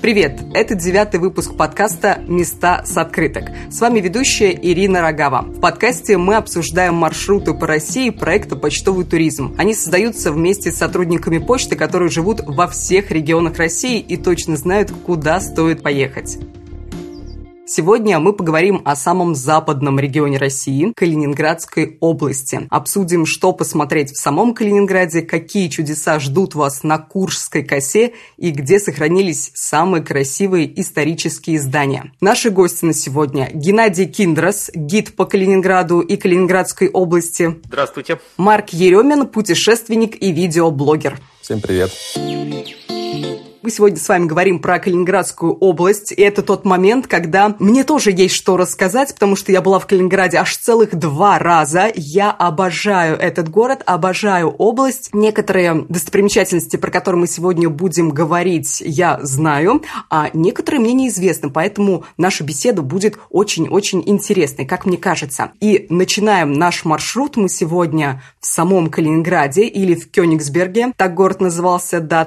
Привет! Это 9-й выпуск подкаста «Места с открыток». С вами ведущая Ирина Рогава. В подкасте мы обсуждаем маршруты по России проекта «Почтовый туризм». Они создаются вместе с сотрудниками почты, которые живут во всех регионах России и точно знают, куда стоит поехать. Сегодня мы поговорим о самом западном регионе России, Калининградской области. Обсудим, что посмотреть в самом Калининграде, какие чудеса ждут вас на Куршской косе и где сохранились самые красивые исторические здания. Наши гости на сегодня: Геннадий Киндрос, гид по Калининграду и Калининградской области. Здравствуйте. Марк Еремин, путешественник и видеоблогер. Всем привет. Мы сегодня с вами говорим про Калининградскую область, и это тот момент, когда мне тоже есть что рассказать, потому что я была в Калининграде аж целых 2 раза. Я обожаю этот город, обожаю область. Некоторые достопримечательности, про которые мы сегодня будем говорить, я знаю, а некоторые мне неизвестны, поэтому наша беседа будет очень-очень интересной, как мне кажется. И начинаем наш маршрут мы сегодня в самом Калининграде или в Кёнигсберге. Так город назывался до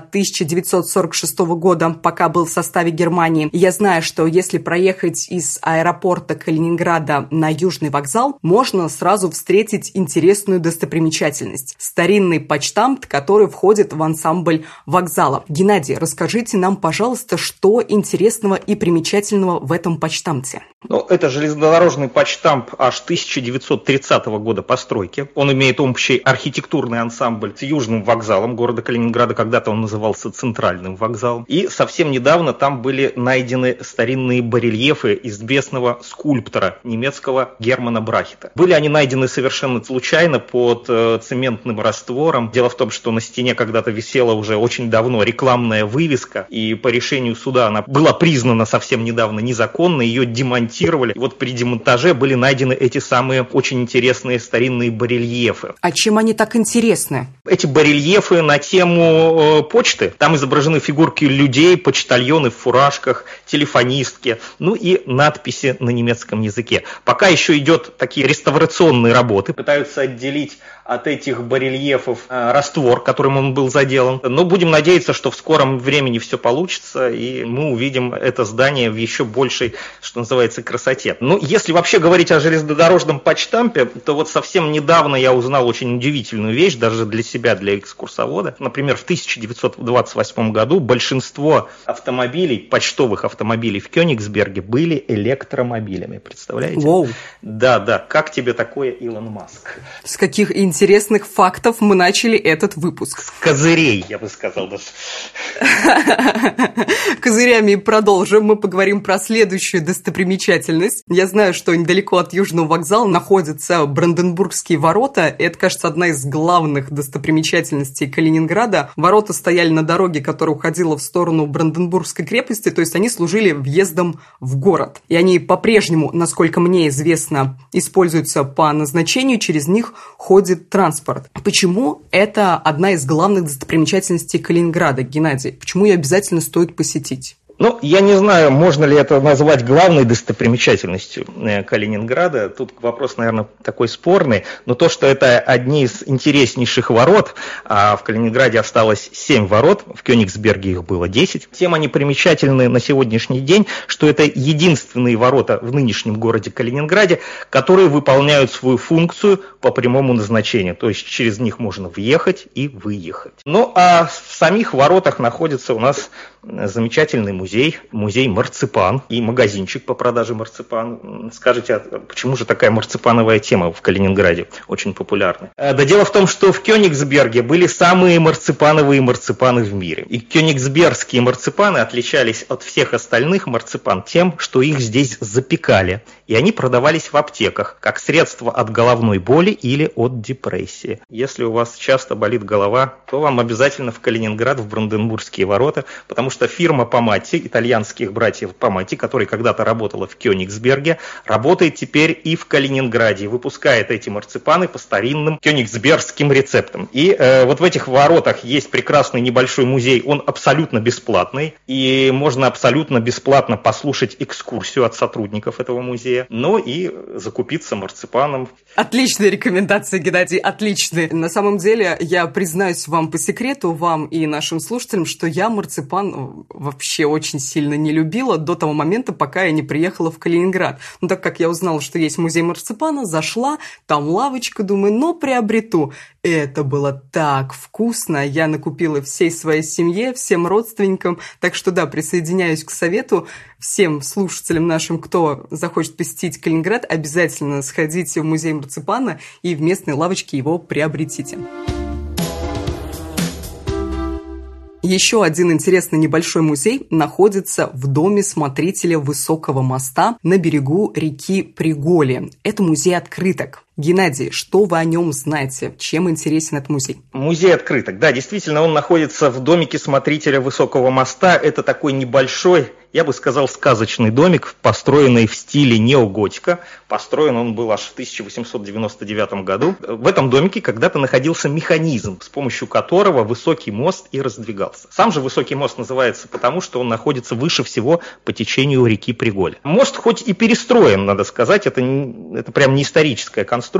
1946 года, пока был в составе Германии. Я знаю, что если проехать из аэропорта Калининграда на Южный вокзал, можно сразу встретить интересную достопримечательность – старинный почтамт, который входит в ансамбль вокзала. Геннадий, расскажите нам, пожалуйста, что интересного и примечательного в этом почтамте? Это железнодорожный почтамт аж 1930 года постройки. Он имеет общий архитектурный ансамбль с Южным вокзалом города Калининграда. Когда-то он назывался Центральным вокзалом. И совсем недавно там были найдены старинные барельефы известного скульптора немецкого Германа Брахета. Были они найдены совершенно случайно под цементным раствором. Дело в том, что на стене когда-то висела уже очень давно рекламная вывеска, и по решению суда она была признана совсем недавно незаконной, ее демонтировали. И вот при демонтаже были найдены эти самые очень интересные старинные барельефы. А чем они так интересны? Эти барельефы на тему почты. Там изображены фигурки людей, почтальоны в фуражках, телефонистки, и надписи на немецком языке. Пока еще идет такие реставрационные работы, пытаются отделить от этих барельефов раствор, которым он был заделан. Но будем надеяться, что в скором времени все получится, и мы увидим это здание в еще большей, что называется, красоте. Если вообще говорить о железнодорожном почтампе, то вот совсем недавно я узнал очень удивительную вещь, даже для себя, для экскурсовода. Например, в 1928 году большинство автомобилей, почтовых автомобилей в Кёнигсберге были электромобилями. Представляете? Воу. Да. Как тебе такое, Илон Маск? С каких интересных фактов мы начали этот выпуск? С козырей, я бы сказал даже. Козырями продолжим. Мы поговорим про следующую достопримечательность. Я знаю, что недалеко от Южного вокзала находятся Бранденбургские ворота. Это, кажется, одна из главных достопримечательностей Калининграда. Ворота стояли на дороге, которая уходила в сторону Бранденбургской крепости, то есть они служили въездом в город. И они по-прежнему, насколько мне известно, используются по назначению, через них ходит транспорт. Почему это одна из главных достопримечательностей Калининграда, Геннадий? Почему ее обязательно стоит посетить? Я не знаю, можно ли это назвать главной достопримечательностью Калининграда. Тут вопрос, наверное, такой спорный. Но то, что это одни из интереснейших ворот, а в Калининграде осталось 7 ворот, в Кёнигсберге их было 10. Тем они примечательны на сегодняшний день, что это единственные ворота в нынешнем городе Калининграде, которые выполняют свою функцию по прямому назначению. То есть через них можно въехать и выехать. А в самих воротах находится у нас замечательный музей марципан и магазинчик по продаже марципана. Скажите, а почему же такая марципановая тема в Калининграде очень популярна? Да дело в том, что в Кёнигсберге были самые марципановые марципаны в мире. И кёнигсбергские марципаны отличались от всех остальных марципан тем, что их здесь запекали. И они продавались в аптеках, как средство от головной боли или от депрессии. Если у вас часто болит голова, то вам обязательно в Калининград, в Бранденбургские ворота, потому что фирма Помати, итальянских братьев Помати, которая когда-то работала в Кёнигсберге, работает теперь и в Калининграде, и выпускает эти марципаны по старинным кёнигсбергским рецептам. И вот в этих воротах есть прекрасный небольшой музей, он абсолютно бесплатный, и можно абсолютно бесплатно послушать экскурсию от сотрудников этого музея, но и закупиться марципаном. Отличные рекомендации, Геннадий, отличные. На самом деле, я признаюсь вам по секрету, вам и нашим слушателям, что я марципан вообще очень сильно не любила до того момента, пока я не приехала в Калининград. Но так как я узнала, что есть музей марципана, зашла, там лавочка, думаю, приобрету. Это было так вкусно, я накупила всей своей семье, всем родственникам, так что да, присоединяюсь к совету всем слушателям нашим, кто захочет посетить Калининград, обязательно сходите в музей марципана и в местной лавочке его приобретите. Еще один интересный небольшой музей находится в доме смотрителя Высокого моста на берегу реки Приголе. Это музей открыток. Геннадий, что вы о нем знаете? Чем интересен этот музей? Музей открыток. Да, действительно, он находится в домике смотрителя Высокого моста. Это такой небольшой, я бы сказал, сказочный домик, построенный в стиле неоготика. Построен он был аж в 1899 году. В этом домике когда-то находился механизм, с помощью которого высокий мост и раздвигался. Сам же высокий мост называется потому, что он находится выше всего по течению реки Приголе. Мост хоть и перестроен, надо сказать, это прям не историческая конструкция,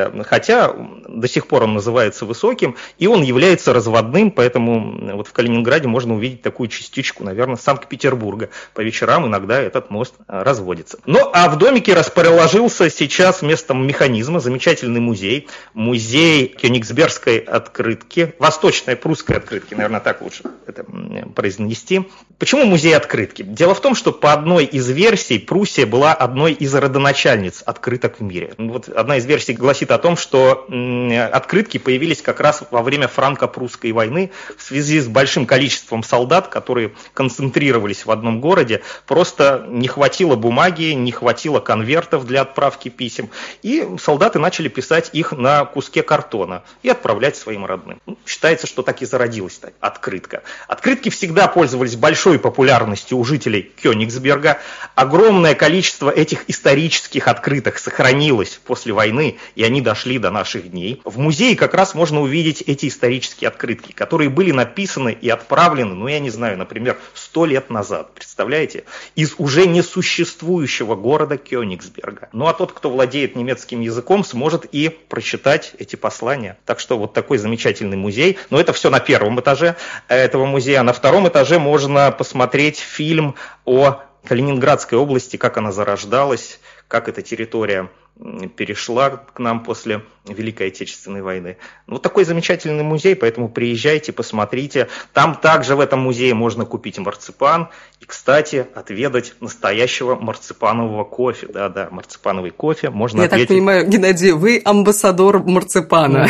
хотя до сих пор он называется высоким, и он является разводным, поэтому вот в Калининграде можно увидеть такую частичку, наверное, Санкт-Петербурга. По вечерам иногда этот мост разводится. Ну, а в домике расположился сейчас вместо механизма замечательный музей. Музей Кёнигсбергской открытки, восточной прусской открытки, наверное, так лучше это произнести. Почему музей открытки? Дело в том, что по одной из версий Пруссия была одной из родоначальниц открыток в мире. Вот одна из версий гласит о том, что открытки появились как раз во время франко-прусской войны в связи с большим количеством солдат, которые концентрировались в одном городе. Просто не хватило бумаги, не хватило конвертов для отправки писем, и солдаты начали писать их на куске картона и отправлять своим родным. Считается, что так и зародилась открытка. Открытки всегда пользовались большой популярностью у жителей Кёнигсберга. Огромное количество этих исторических открыток сохранилось после войны, и они дошли до наших дней. В музее как раз можно увидеть эти исторические открытки, которые были написаны и отправлены, я не знаю, например, 100 лет назад, представляете, из уже несуществующего города Кёнигсберга. А тот, кто владеет немецким языком, сможет и прочитать эти послания. Так что вот такой замечательный музей. Но это все на первом этаже этого музея. На втором этаже можно посмотреть фильм о Калининградской области, как она зарождалась, как эта территория перешла к нам после Великой Отечественной войны. Такой замечательный музей, поэтому приезжайте, посмотрите. Там также в этом музее можно купить марципан и, кстати, отведать настоящего марципанового кофе. Да, марципановый кофе можно ответить. Я так понимаю, Геннадий, вы амбассадор марципана.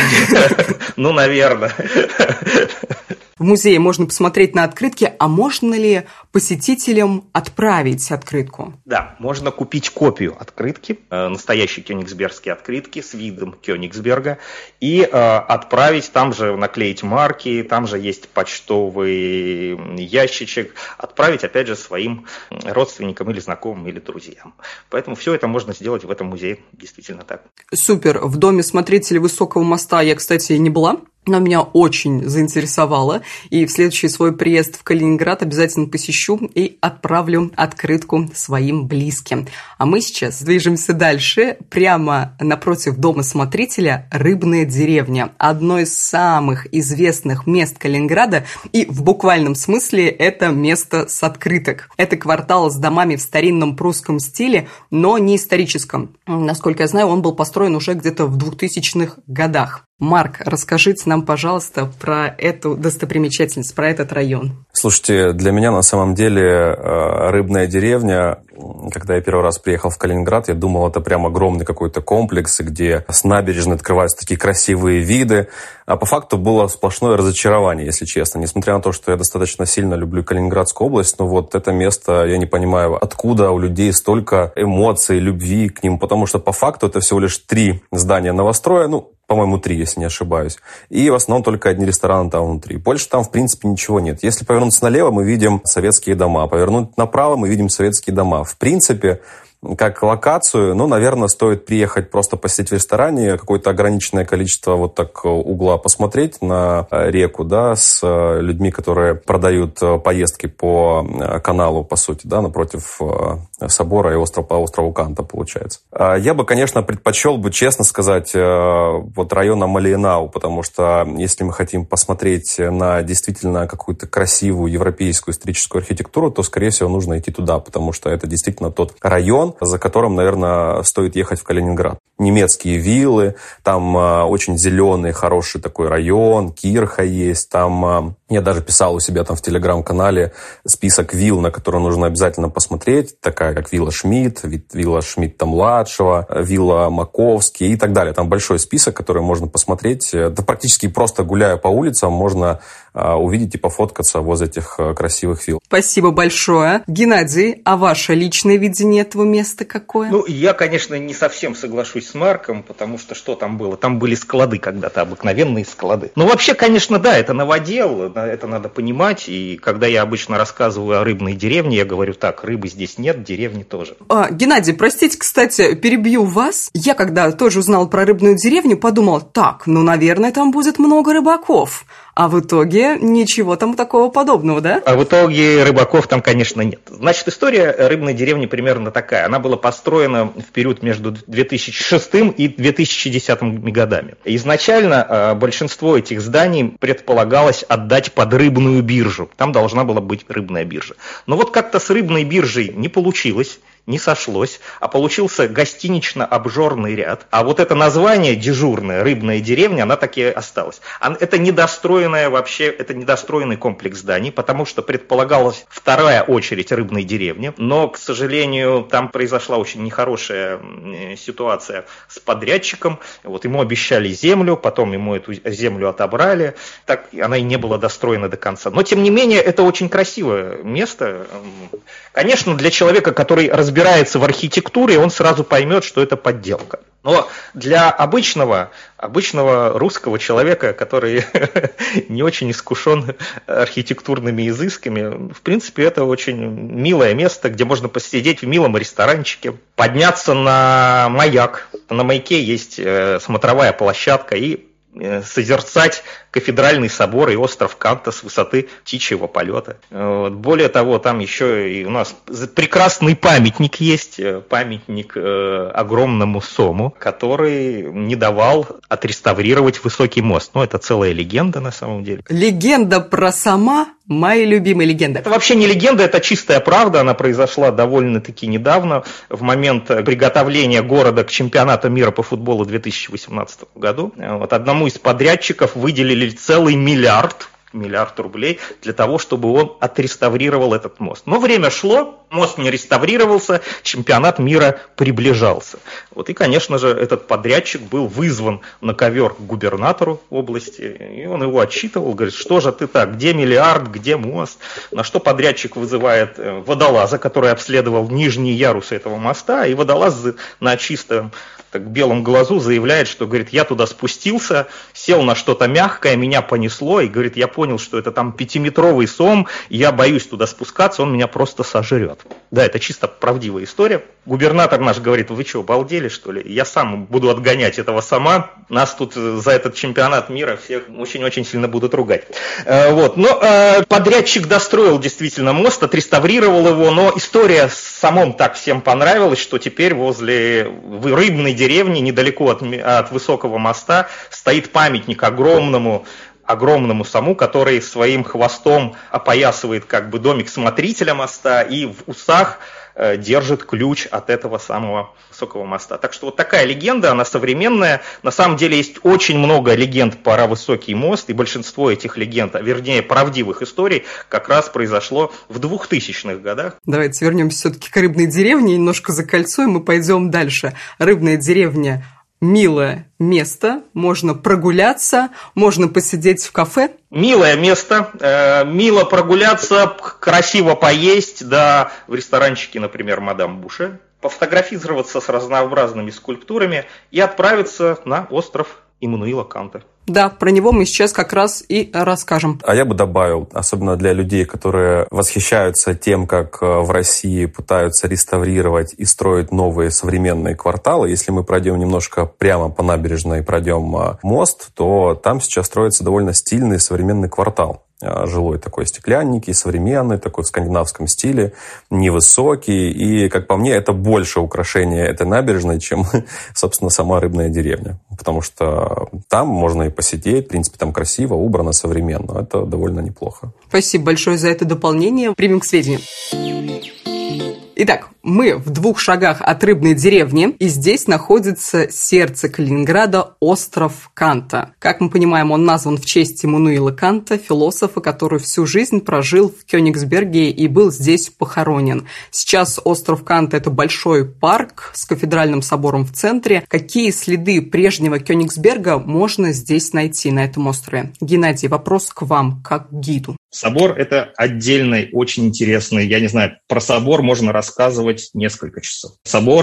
Наверное. В музее можно посмотреть на открытки, а можно ли посетителям отправить открытку? Да, можно купить копию открытки, настоящей кёнигсбергской открытки с видом Кёнигсберга, и отправить, там же наклеить марки, там же есть почтовый ящичек, отправить, опять же, своим родственникам или знакомым, или друзьям. Поэтому все это можно сделать в этом музее, действительно так. Супер. В доме смотрителя Высокого моста я, кстати, не была. Но меня очень заинтересовало, и в следующий свой приезд в Калининград обязательно посещу и отправлю открытку своим близким. А мы сейчас движемся дальше. Прямо напротив дома смотрителя Рыбная деревня. Одно из самых известных мест Калининграда, и в буквальном смысле это место с открыток. Это квартал с домами в старинном прусском стиле, но не историческом. Насколько я знаю, он был построен уже где-то в 2000-х годах. Марк, расскажите нам, пожалуйста, про эту достопримечательность, про этот район. Слушайте, для меня на самом деле Рыбная деревня, когда я первый раз приехал в Калининград, я думал, это прям огромный какой-то комплекс, где с набережной открываются такие красивые виды. А по факту было сплошное разочарование, если честно. Несмотря на то, что я достаточно сильно люблю Калининградскую область, но вот это место, я не понимаю, откуда у людей столько эмоций, любви к ним, потому что по факту это всего лишь 3 здания новостроя, по-моему, 3, если не ошибаюсь. И в основном только одни рестораны там внутри. Больше там, в принципе, ничего нет. Если повернуться налево, мы видим советские дома. Повернуть направо, мы видим советские дома. В принципе, как локацию, наверное, стоит приехать просто посидеть в ресторане, какое-то ограниченное количество вот так угла посмотреть на реку, да, с людьми, которые продают поездки по каналу, по сути, да, напротив собора и по острову Канта, получается. Я бы, конечно, предпочел бы, честно сказать, вот район Амалиенау, потому что если мы хотим посмотреть на действительно какую-то красивую европейскую историческую архитектуру, то, скорее всего, нужно идти туда, потому что это действительно тот район, за которым, наверное, стоит ехать в Калининград. Немецкие виллы, там очень зеленый, хороший такой район, кирха есть, там я даже писал у себя там в телеграм-канале список вилл, на которые нужно обязательно посмотреть, такая как вилла Шмидт, вилла Шмидта-младшего, вилла Маковский и так далее. Там большой список, который можно посмотреть. Да практически просто гуляя по улицам можно увидеть и пофоткаться возле этих красивых вилл. Спасибо большое. Геннадий, а ваше личное видение этого места какое? Я, конечно, не совсем соглашусь с Марком, потому что там было? Там были склады когда-то, обыкновенные склады. Вообще, конечно, да, это новодел, это надо понимать, и когда я обычно рассказываю о рыбной деревне, я говорю так, рыбы здесь нет, деревни тоже. Геннадий, простите, кстати, перебью вас. Я, когда тоже узнал про рыбную деревню, подумал, наверное, там будет много рыбаков. А в итоге ничего там такого подобного, да? А в итоге рыбаков там, конечно, нет. Значит, история рыбной деревни примерно такая. Она была построена в период между 2006 и 2010 годами. Изначально большинство этих зданий предполагалось отдать под рыбную биржу. Там должна была быть рыбная биржа. Но вот как-то с рыбной биржей не получилось. Не сошлось, а получился гостинично-обжорный ряд. А вот это название дежурное, рыбная деревня, она так и осталась. Это недостроенный комплекс зданий, потому что предполагалась вторая очередь рыбной деревни, но, к сожалению, там произошла очень нехорошая ситуация с подрядчиком. Ему обещали землю, потом ему эту землю отобрали, так она и не была достроена до конца. Но, тем не менее, это очень красивое место. Конечно, для человека, который разбирается в архитектуре, он сразу поймет, что это подделка. Но для обычного русского человека, который не очень искушен архитектурными изысками, в принципе, это очень милое место, где можно посидеть в милом ресторанчике, подняться на маяк. На маяке есть смотровая площадка и созерцать кафедральный собор и остров Канта с высоты птичьего полета. Более того, там еще и у нас прекрасный памятник есть, памятник огромному Сому, который не давал отреставрировать высокий мост. Это целая легенда на самом деле. Легенда про Сома – моя любимая легенда. Это вообще не легенда, это чистая правда. Она произошла довольно-таки недавно, в момент приготовления города к чемпионату мира по футболу в 2018 году. Одному из подрядчиков выделили целый миллиард рублей для того, чтобы он отреставрировал этот мост. Но время шло, мост не реставрировался, чемпионат мира приближался. И, конечно же, этот подрядчик был вызван на ковер к губернатору области, и он его отчитывал, говорит, что же ты так, где миллиард, где мост? На что подрядчик вызывает водолаза, который обследовал нижние ярусы этого моста, и водолаз на чистом белом глазу заявляет, что, говорит, я туда спустился, сел на что-то мягкое, меня понесло, и, говорит, я понял, что это там 5-метровый сом, и я боюсь туда спускаться, он меня просто сожрет. Да, это чисто правдивая история. Губернатор наш говорит, вы что, обалдели, что ли? Я сам буду отгонять этого сома, нас тут за этот чемпионат мира всех очень-очень сильно будут ругать. Но подрядчик достроил действительно мост, отреставрировал его, но история с самом так всем понравилась, что теперь возле рыбной деревни, недалеко от высокого моста, стоит памятник огромному Сому, который своим хвостом опоясывает домик смотрителя моста и в усах держит ключ от этого самого высокого моста. Так что такая легенда, она современная. На самом деле есть очень много легенд про высокий мост, и большинство этих легенд, вернее правдивых историй, как раз произошло в 2000-х годах. Давайте вернемся все-таки к рыбной деревне, немножко закольцуем и пойдем дальше. Рыбная деревня – милое место, можно прогуляться, можно посидеть в кафе. Милое место, мило прогуляться, красиво поесть, да, в ресторанчике, например, «Мадам Буше», пофотографироваться с разнообразными скульптурами и отправиться на остров Иммануила Канта. Да, про него мы сейчас как раз и расскажем. А я бы добавил, особенно для людей, которые восхищаются тем, как в России пытаются реставрировать и строить новые современные кварталы. Если мы пройдем немножко прямо по набережной, пройдем мост, то там сейчас строится довольно стильный современный квартал. Жилой такой стеклянненький, современный, такой в скандинавском стиле, невысокий. И, как по мне, это больше украшение этой набережной, чем, собственно, сама рыбная деревня. Потому что там можно и посидеть, в принципе, там красиво, убрано, современно. Это довольно неплохо. Спасибо большое за это дополнение. Примем к сведению. Итак, мы в 2 шагах от рыбной деревни, и здесь находится сердце Калининграда, остров Канта. Как мы понимаем, он назван в честь Иммануила Канта, философа, который всю жизнь прожил в Кёнигсберге и был здесь похоронен. Сейчас остров Канта – это большой парк с кафедральным собором в центре. Какие следы прежнего Кёнигсберга можно здесь найти, на этом острове? Геннадий, вопрос к вам, как к гиду. Собор – это отдельный, очень интересный, я не знаю, про собор можно рассказывать несколько часов. Собор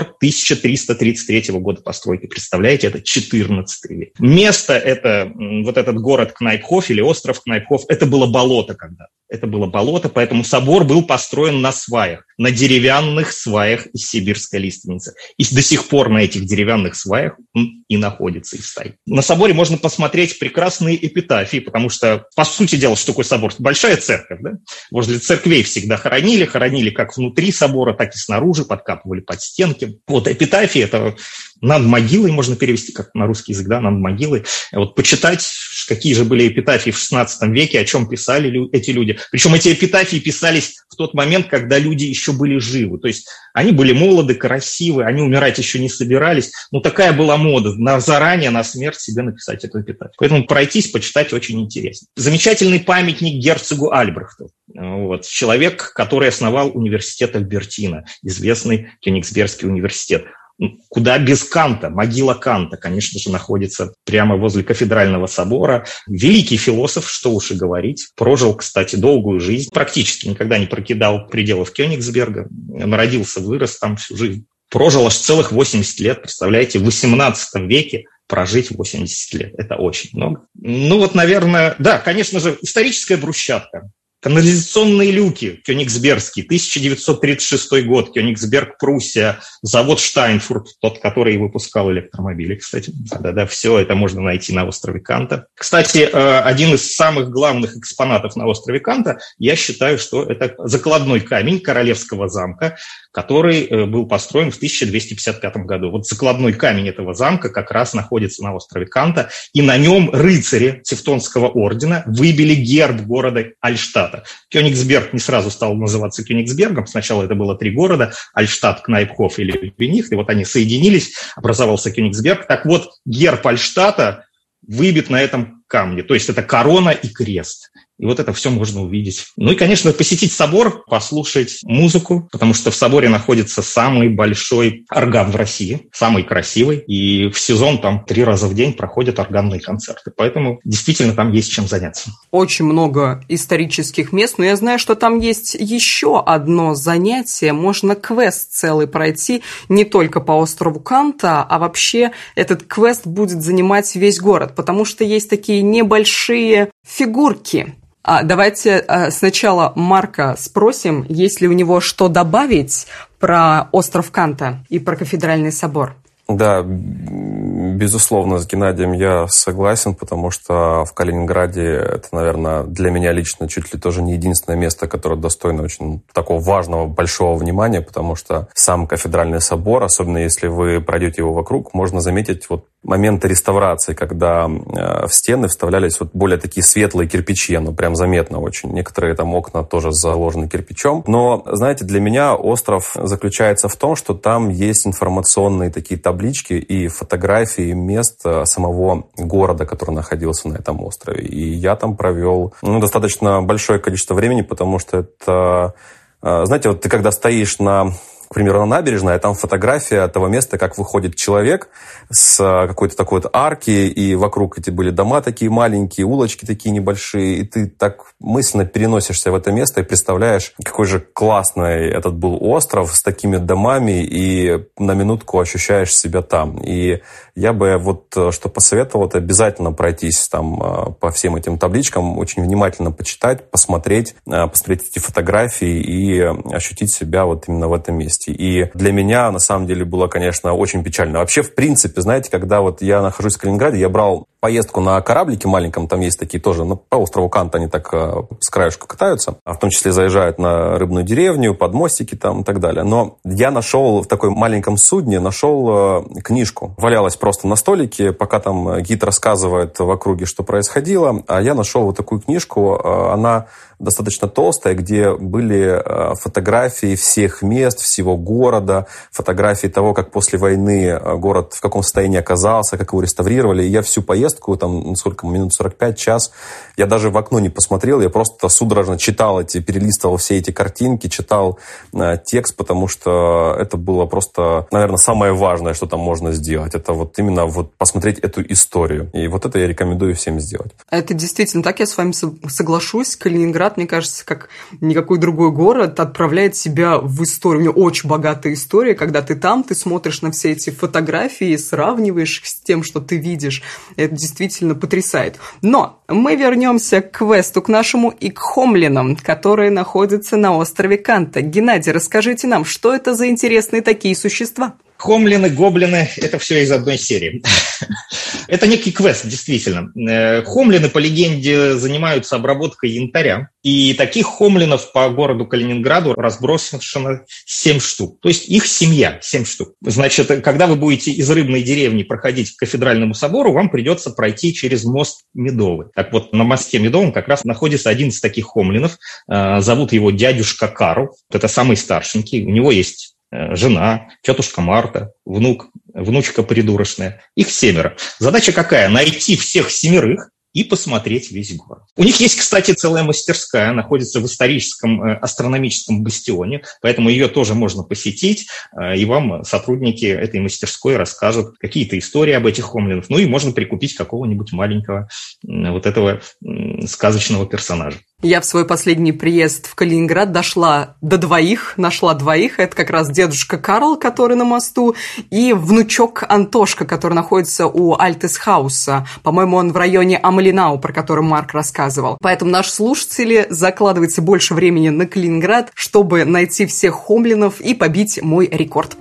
1333 года постройки, представляете, это 14 век. Место – это вот этот город Кнайпхоф или остров Кнайпхоф, это было болото когда-то. Это было болото, поэтому собор был построен на сваях, на деревянных сваях из сибирской лиственницы. И до сих пор на этих деревянных сваях он и находится, и стоит. На соборе можно посмотреть прекрасные эпитафии, потому что, по сути дела, что такое собор? Большая церковь, да? Возле церквей всегда хоронили как внутри собора, так и снаружи, подкапывали под стенки. Вот эпитафии – это над могилой, можно перевести как на русский язык, да, над могилой. Вот почитать, какие же были эпитафии в XVI веке, о чем писали эти люди. Причем эти эпитафии писались в тот момент, когда люди еще были живы. То есть они были молоды, красивы, они умирать еще не собирались. Ну, такая была мода, заранее на смерть себе написать эту эпитафию. Поэтому пройтись, почитать очень интересно. Замечательный памятник герцогу Альбрехту. Вот. Человек, который основал университет Альбертина, известный Кёнигсбергский университет. Куда без Канта? Могила Канта, конечно же, находится прямо возле кафедрального собора. Великий философ, что уж и говорить. Прожил, кстати, долгую жизнь. Практически никогда не покидал пределов Кёнигсберга. Он родился, вырос там всю жизнь. Прожил аж целых 80 лет. Представляете, в 18 веке прожить 80 лет. Это очень много. Ну вот, наверное, да, конечно же, историческая брусчатка. Канализационные люки, Кёнигсбергский, 1936 год, Кёнигсберг, Пруссия, завод Штайнфурт, тот, который выпускал электромобили, кстати. Да, все это можно найти на острове Канта. Кстати, один из самых главных экспонатов на острове Канта, я считаю, что это закладной камень Королевского замка, который был построен в 1255 году. Вот закладной камень этого замка как раз находится на острове Канта, и на нем рыцари Тевтонского ордена выбили герб города Альштадта. Кёнигсберг не сразу стал называться Кёнигсбергом. Сначала это было 3 города – Альштадт, Кнайпхоф и Любенихт. И вот они соединились, образовался Кёнигсберг. Так вот, герб Альштадта выбит на этом камне. То есть это корона и крест. И вот это все можно увидеть. Ну и, конечно, посетить собор, послушать музыку, потому что в соборе находится самый большой орган в России, самый красивый. И в сезон там 3 раза в день проходят органные концерты. Поэтому действительно там есть чем заняться. Очень много исторических мест, но я знаю, что там есть еще одно занятие. Можно квест целый пройти не только по острову Канта, а вообще этот квест будет занимать весь город, потому что есть такие небольшие фигурки. Давайте сначала Марка спросим, есть ли у него что добавить про остров Канта и про кафедральный собор. Да, безусловно, с Геннадием я согласен, потому что в Калининграде это, наверное, для меня лично чуть ли тоже не единственное место, которое достойно очень такого важного, большого внимания, потому что сам кафедральный собор, особенно если вы пройдете его вокруг, можно заметить вот моменты реставрации, когда в стены вставлялись вот более такие светлые кирпичи, ну прям заметно очень. Некоторые там окна тоже заложены кирпичом. Но, знаете, для меня остров заключается в том, что там есть информационные такие таблички и фотографии мест самого города, который находился на этом острове. И я там провел достаточно большое количество времени, потому что это... Знаете, вот ты когда стоишь на к примеру, на набережной, а там фотография того места, как выходит человек с какой-то такой вот арки, и вокруг эти были дома такие маленькие, улочки такие небольшие, и ты так мысленно переносишься в это место и представляешь, какой же классный этот был остров с такими домами, и на минутку ощущаешь себя там. И я бы вот что посоветовал, это обязательно пройтись там по всем этим табличкам, очень внимательно почитать, посмотреть эти фотографии и ощутить себя вот именно в этом месте. И для меня, на самом деле, было, конечно, очень печально. Вообще, в принципе, знаете, когда вот я нахожусь в Калининграде, я брал поездку на кораблике маленьком, там есть такие тоже, по острову Канта они так с краешку катаются, в том числе заезжают на рыбную деревню, под мостики там и так далее. Но я нашел в такой маленьком судне, книжку. Валялась просто на столике, пока там гид рассказывает в округе, что происходило, а я нашел вот такую книжку, она достаточно толстая, где были фотографии всех мест, всего города, фотографии того, как после войны город в каком состоянии оказался, как его реставрировали. И я всю поездку, там, сколько, минут 45, час, я даже в окно не посмотрел, я просто судорожно читал перелистывал все эти картинки, читал текст, потому что это было просто, наверное, самое важное, что там можно сделать. Это вот именно вот посмотреть эту историю. И вот это я рекомендую всем сделать. Это действительно так, я с вами соглашусь. Калининград, мне кажется, как никакой другой город, отправляет себя в историю. У него очень богатая история, когда ты там, ты смотришь на все эти фотографии, сравниваешь их с тем, что ты видишь. Это действительно потрясает. Но мы вернемся к квесту, к нашему и к хомлинам, которые находятся на острове Канта. Геннадий, расскажите нам, что это за интересные такие существа? Хомлины, гоблины – это все из одной серии. Это некий квест, действительно. Хомлины, по легенде, занимаются обработкой янтаря. И таких хомлинов по городу Калининграду разбросано 7 штук. То есть их семья 7 штук. Значит, когда вы будете из рыбной деревни проходить к кафедральному собору, вам придется пройти через мост Медовый. Так вот, на мосте Медовом как раз находится один из таких хомлинов. Зовут его дядюшка Карл. Это самый старшенький. У него есть жена, тетушка Марта, внучка придурочная. Их 7. Задача какая? Найти всех 7 и посмотреть весь город. У них есть, кстати, целая мастерская, находится в историческом астрономическом бастионе, поэтому ее тоже можно посетить, и вам сотрудники этой мастерской расскажут какие-то истории об этих хомлинах. Ну и можно прикупить какого-нибудь маленького вот этого сказочного персонажа. Я в свой последний приезд в Калининград нашла 2. Это как раз дедушка Карл, который на мосту, и внучок Антошка, который находится у Альтесхауса. По-моему, он в районе Амалинау, про который Марк рассказывал. Поэтому наши слушатели закладывайте больше времени на Калининград, чтобы найти всех хомлинов и побить мой рекорд.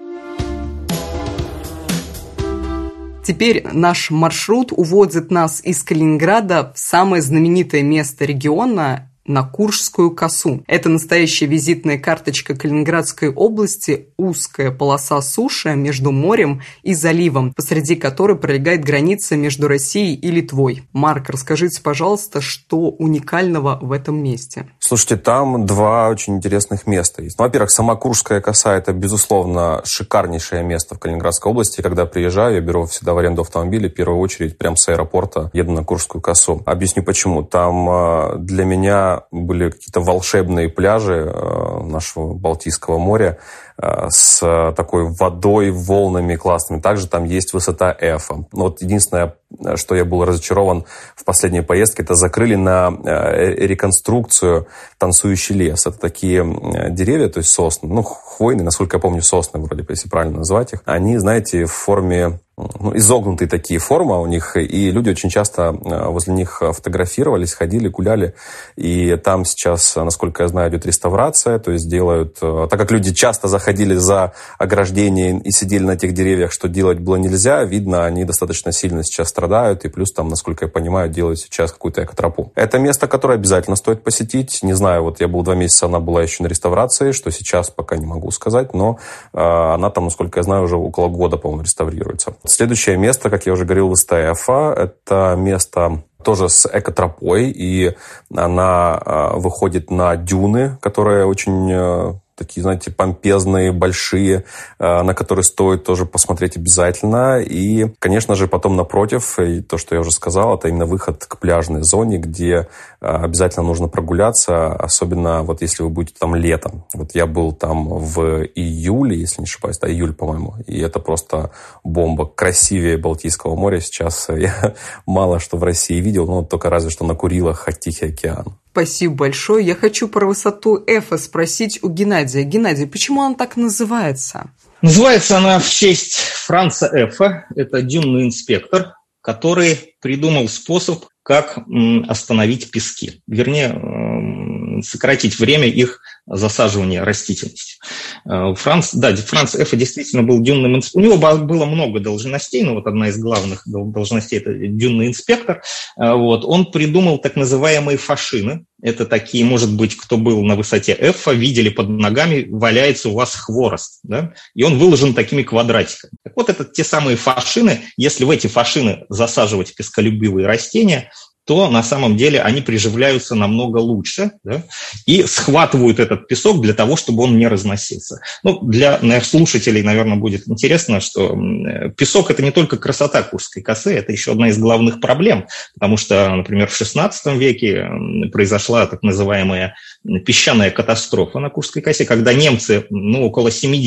Теперь наш маршрут уводит нас из Калининграда в самое знаменитое место региона – на Куршскую косу. Это настоящая визитная карточка Калининградской области, узкая полоса суши между морем и заливом, посреди которой пролегает граница между Россией и Литвой. Марк, расскажите, пожалуйста, что уникального в этом месте? Слушайте, там 2 очень интересных места есть. Во-первых, сама Куршская коса – это, безусловно, шикарнейшее место в Калининградской области. Когда приезжаю, я беру всегда в аренду автомобиля, в первую очередь, прямо с аэропорта еду на Куршскую косу. Объясню почему. Там для меня были какие-то волшебные пляжи нашего Балтийского моря с такой водой, волнами классными. Также там есть высота Эфа. Но вот единственное, что я был разочарован в последней поездке, это закрыли на реконструкцию танцующий лес. Это такие деревья, то есть сосны, хвойные, насколько я помню, сосны вроде, если правильно назвать их. Они, знаете, в форме изогнутые такие формы у них, и люди очень часто возле них фотографировались, ходили, гуляли. И там сейчас, насколько я знаю, идет реставрация, то есть делают... Так как люди часто заходили за ограждение и сидели на тех деревьях, что делать было нельзя, видно, они достаточно сильно сейчас страдают, и плюс там, насколько я понимаю, делают сейчас какую-то экотропу. Это место, которое обязательно стоит посетить. Не знаю, вот я был 2 месяца, она была еще на реставрации, что сейчас пока не могу сказать, но она там, насколько я знаю, уже около года, по-моему, реставрируется. Следующее место, как я уже говорил, высота Эфа. Это место тоже с экотропой, и она выходит на дюны, которые очень такие, знаете, помпезные, большие, на которые стоит тоже посмотреть обязательно. И, конечно же, потом напротив, и то, что я уже сказал, это именно выход к пляжной зоне, где обязательно нужно прогуляться, особенно вот если вы будете там летом. Вот я был там в июле, если не ошибаюсь, да, июль, по-моему, и это просто бомба. Красивее Балтийского моря сейчас я мало что в России видел, но только разве что на Курилах Тихий океан. Спасибо большое. Я хочу про высоту Эфа спросить у Геннадия. Геннадий, почему она так называется? Называется она в честь Франца Эфа. Это дюнный инспектор, который придумал способ, как остановить пески. Вернее, сократить время их засаживания растительностью. Франц Эфа действительно был дюнным инспектором. У него было много должностей, но вот одна из главных должностей – это дюнный инспектор. Вот. Он придумал так называемые фашины. Это такие, может быть, кто был на высоте Эфа, видели под ногами, валяется у вас хворост. Да? И он выложен такими квадратиками. Так вот, это те самые фашины. Если в эти фашины засаживать песколюбивые растения, то на самом деле они приживляются намного лучше, да, и схватывают этот песок для того, чтобы он не разносился. Ну, для слушателей, наверное, будет интересно, что песок – это не только красота Курской косы, это еще одна из главных проблем, потому что, например, в XVI веке произошла так называемая песчаная катастрофа на Курской косе, когда немцы около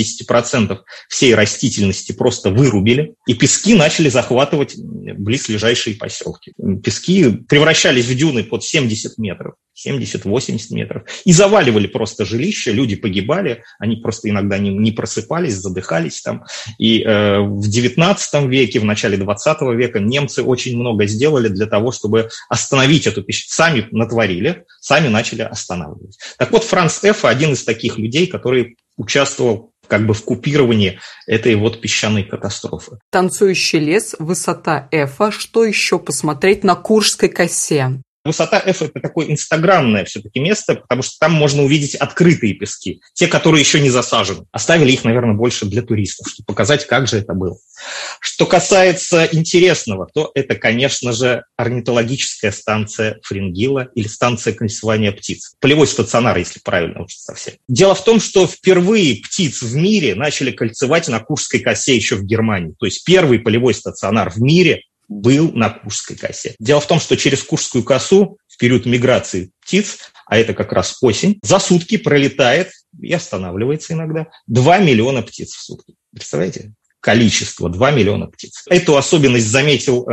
70% всей растительности просто вырубили, и пески начали захватывать близлежащие поселки. Пески превращались в дюны под 70 метров, 70-80 метров, и заваливали просто жилища, люди погибали, они просто иногда не просыпались, задыхались там. И в XIX веке, в начале XX века немцы очень много сделали для того, чтобы остановить эту пищу. Сами натворили, сами начали останавливать. Так вот, Франц Эфа один из таких людей, который участвовал как бы в купировании этой вот песчаной катастрофы. Танцующий лес, высота Эфа. Что еще посмотреть на Курской косе? Высота Эфа – это такое инстаграмное все-таки место, потому что там можно увидеть открытые пески, те, которые еще не засажены. Оставили их, наверное, больше для туристов, чтобы показать, как же это было. Что касается интересного, то это, конечно же, орнитологическая станция Фрингила или станция кольцевания птиц. Полевой стационар, если правильно очень совсем. Дело в том, что впервые птиц в мире начали кольцевать на Курской косе еще в Германии. То есть первый полевой стационар в мире был на Курской косе. Дело в том, что через Курскую косу в период миграции птиц, а это как раз осень, за сутки пролетает и останавливается иногда 2 миллиона птиц в сутки. Представляете? Количество 2 миллиона птиц. Эту особенность заметил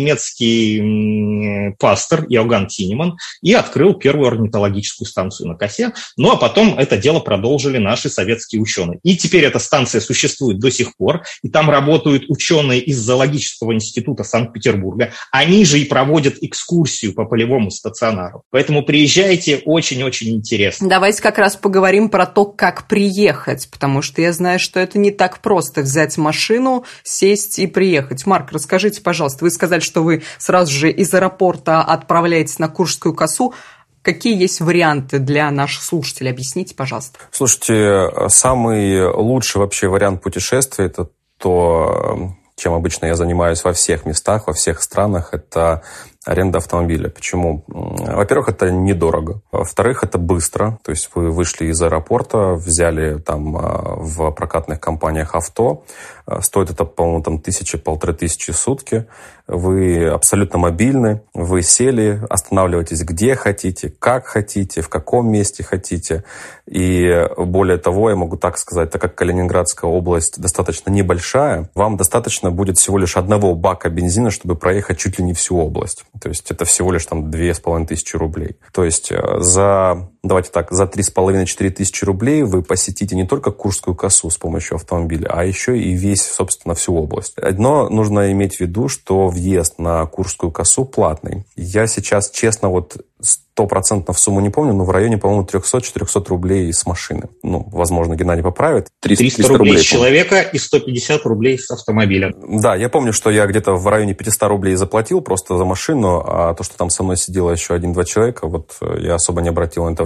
немецкий пастор Иоганн Тинеман и открыл первую орнитологическую станцию на косе. Ну, а потом это дело продолжили наши советские ученые. И теперь эта станция существует до сих пор, и там работают ученые из Зоологического института Санкт-Петербурга. Они же и проводят экскурсию по полевому стационару. Поэтому приезжайте, очень-очень интересно. Давайте как раз поговорим про то, как приехать, потому что я знаю, что это не так просто взять машину, сесть и приехать. Марк, расскажите, пожалуйста, вы сказали, что вы сразу же из аэропорта отправляетесь на Курскую косу. Какие есть варианты для наших слушателей? Объясните, пожалуйста. Слушайте, самый лучший вообще вариант путешествия – это то, чем обычно я занимаюсь во всех местах, во всех странах, это аренда автомобиля. Почему? Во-первых, это недорого. Во-вторых, это быстро. То есть вы вышли из аэропорта, взяли там в прокатных компаниях авто. Стоит это, по-моему, там 1000-1500 в сутки. Вы абсолютно мобильны. Вы сели, останавливаетесь где хотите, как хотите, в каком месте хотите. И более того, я могу так сказать, так как Калининградская область достаточно небольшая, вам достаточно будет всего лишь одного бака бензина, чтобы проехать чуть ли не всю область. То есть это всего лишь там 2500 рублей. То есть за 3,5-4 тысячи рублей вы посетите не только Курскую косу с помощью автомобиля, а еще и весь, собственно, всю область. Одно нужно иметь в виду, что въезд на Курскую косу платный. Я сейчас, честно, 100% сумму не помню, но в районе, по-моему, 300-400 рублей с машины. Возможно, Геннадий поправит. 300 рублей с человека и 150 рублей с автомобиля. Да, я помню, что я где-то в районе 500 рублей заплатил просто за машину, а то, что там со мной сидело еще 1-2 человека, я особо не обратил на это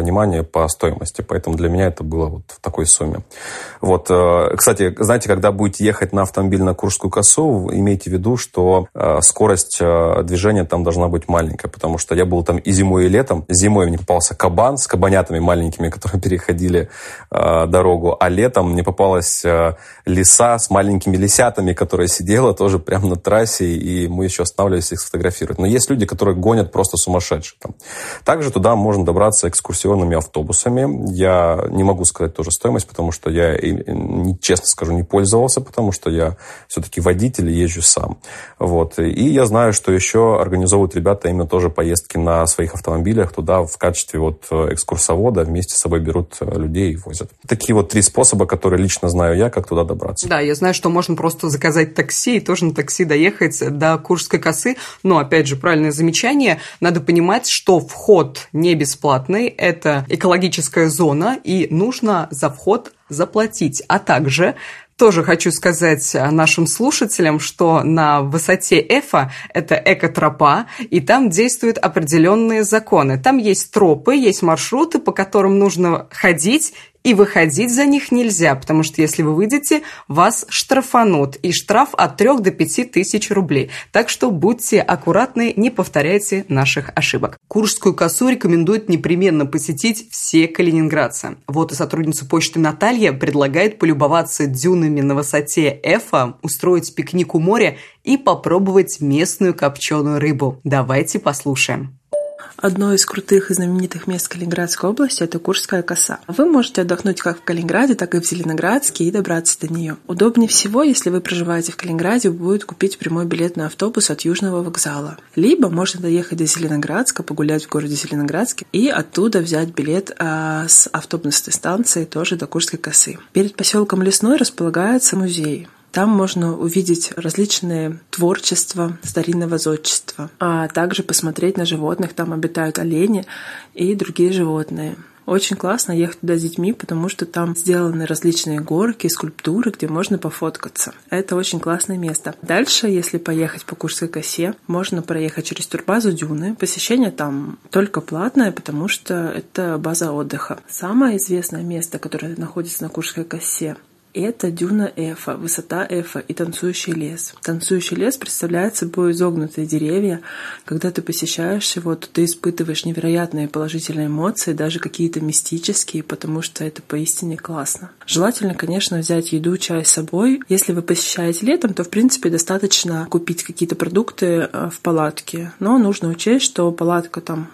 внимание по стоимости. Поэтому для меня это было вот в такой сумме. Вот. Кстати, знаете, когда будете ехать на автомобиль на Куршскую косу, имейте в виду, что скорость движения там должна быть маленькая, потому что я был там и зимой, и летом. Зимой мне попался кабан с кабанятами маленькими, которые переходили дорогу, а летом мне попалась лиса с маленькими лисятами, которая сидела тоже прямо на трассе, и мы еще останавливались их сфотографировать. Но есть люди, которые гонят просто сумасшедшие там. Также туда можно добраться экскурсионными автобусами. Я не могу сказать тоже стоимость, потому что я, честно скажу, не пользовался, потому что я все-таки водитель и езжу сам. Вот. И я знаю, что еще организовывают ребята именно тоже поездки на своих автомобилях туда в качестве вот экскурсовода, вместе с собой берут людей и возят. Такие вот 3 способа, которые лично знаю я, как туда добраться. Да, я знаю, что можно просто заказать такси и тоже на такси доехать до Куршской косы. Но, опять же, правильное замечание. Надо понимать, что вход не бесплатный. Это экологическая зона, и нужно за вход заплатить. А также тоже хочу сказать нашим слушателям, что на высоте Эфа это экотропа, и там действуют определенные законы. Там есть тропы, есть маршруты, по которым нужно ходить, и выходить за них нельзя, потому что если вы выйдете, вас штрафанут. И штраф от 3 до 5 тысяч рублей. Так что будьте аккуратны, не повторяйте наших ошибок. Куршскую косу рекомендуют непременно посетить все калининградцы. Вот и сотрудница почты Наталья предлагает полюбоваться дюнами на высоте Эфа, устроить пикник у моря и попробовать местную копченую рыбу. Давайте послушаем. Одно из крутых и знаменитых мест Калининградской области – это Куршская коса. Вы можете отдохнуть как в Калининграде, так и в Зеленоградске и добраться до нее. Удобнее всего, если вы проживаете в Калининграде, будет купить прямой билет на автобус от Южного вокзала. Либо можно доехать до Зеленоградска, погулять в городе Зеленоградске и оттуда взять билет с автобусной станции тоже до Куршской косы. Перед поселком Лесной располагается музей. Там можно увидеть различные творчества старинного зодчества, а также посмотреть на животных. Там обитают олени и другие животные. Очень классно ехать туда с детьми, потому что там сделаны различные горки, скульптуры, где можно пофоткаться. Это очень классное место. Дальше, если поехать по Куршской косе, можно проехать через турбазу Дюны. Посещение там только платное, потому что это база отдыха. Самое известное место, которое находится на Куршской косе, это дюна Эфа, высота Эфа и танцующий лес. Танцующий лес представляет собой изогнутые деревья. Когда ты посещаешь его, то ты испытываешь невероятные положительные эмоции, даже какие-то мистические, потому что это поистине классно. Желательно, конечно, взять еду, чай с собой. Если вы посещаете летом, то, в принципе, достаточно купить какие-то продукты в палатке. Но нужно учесть, что палатка там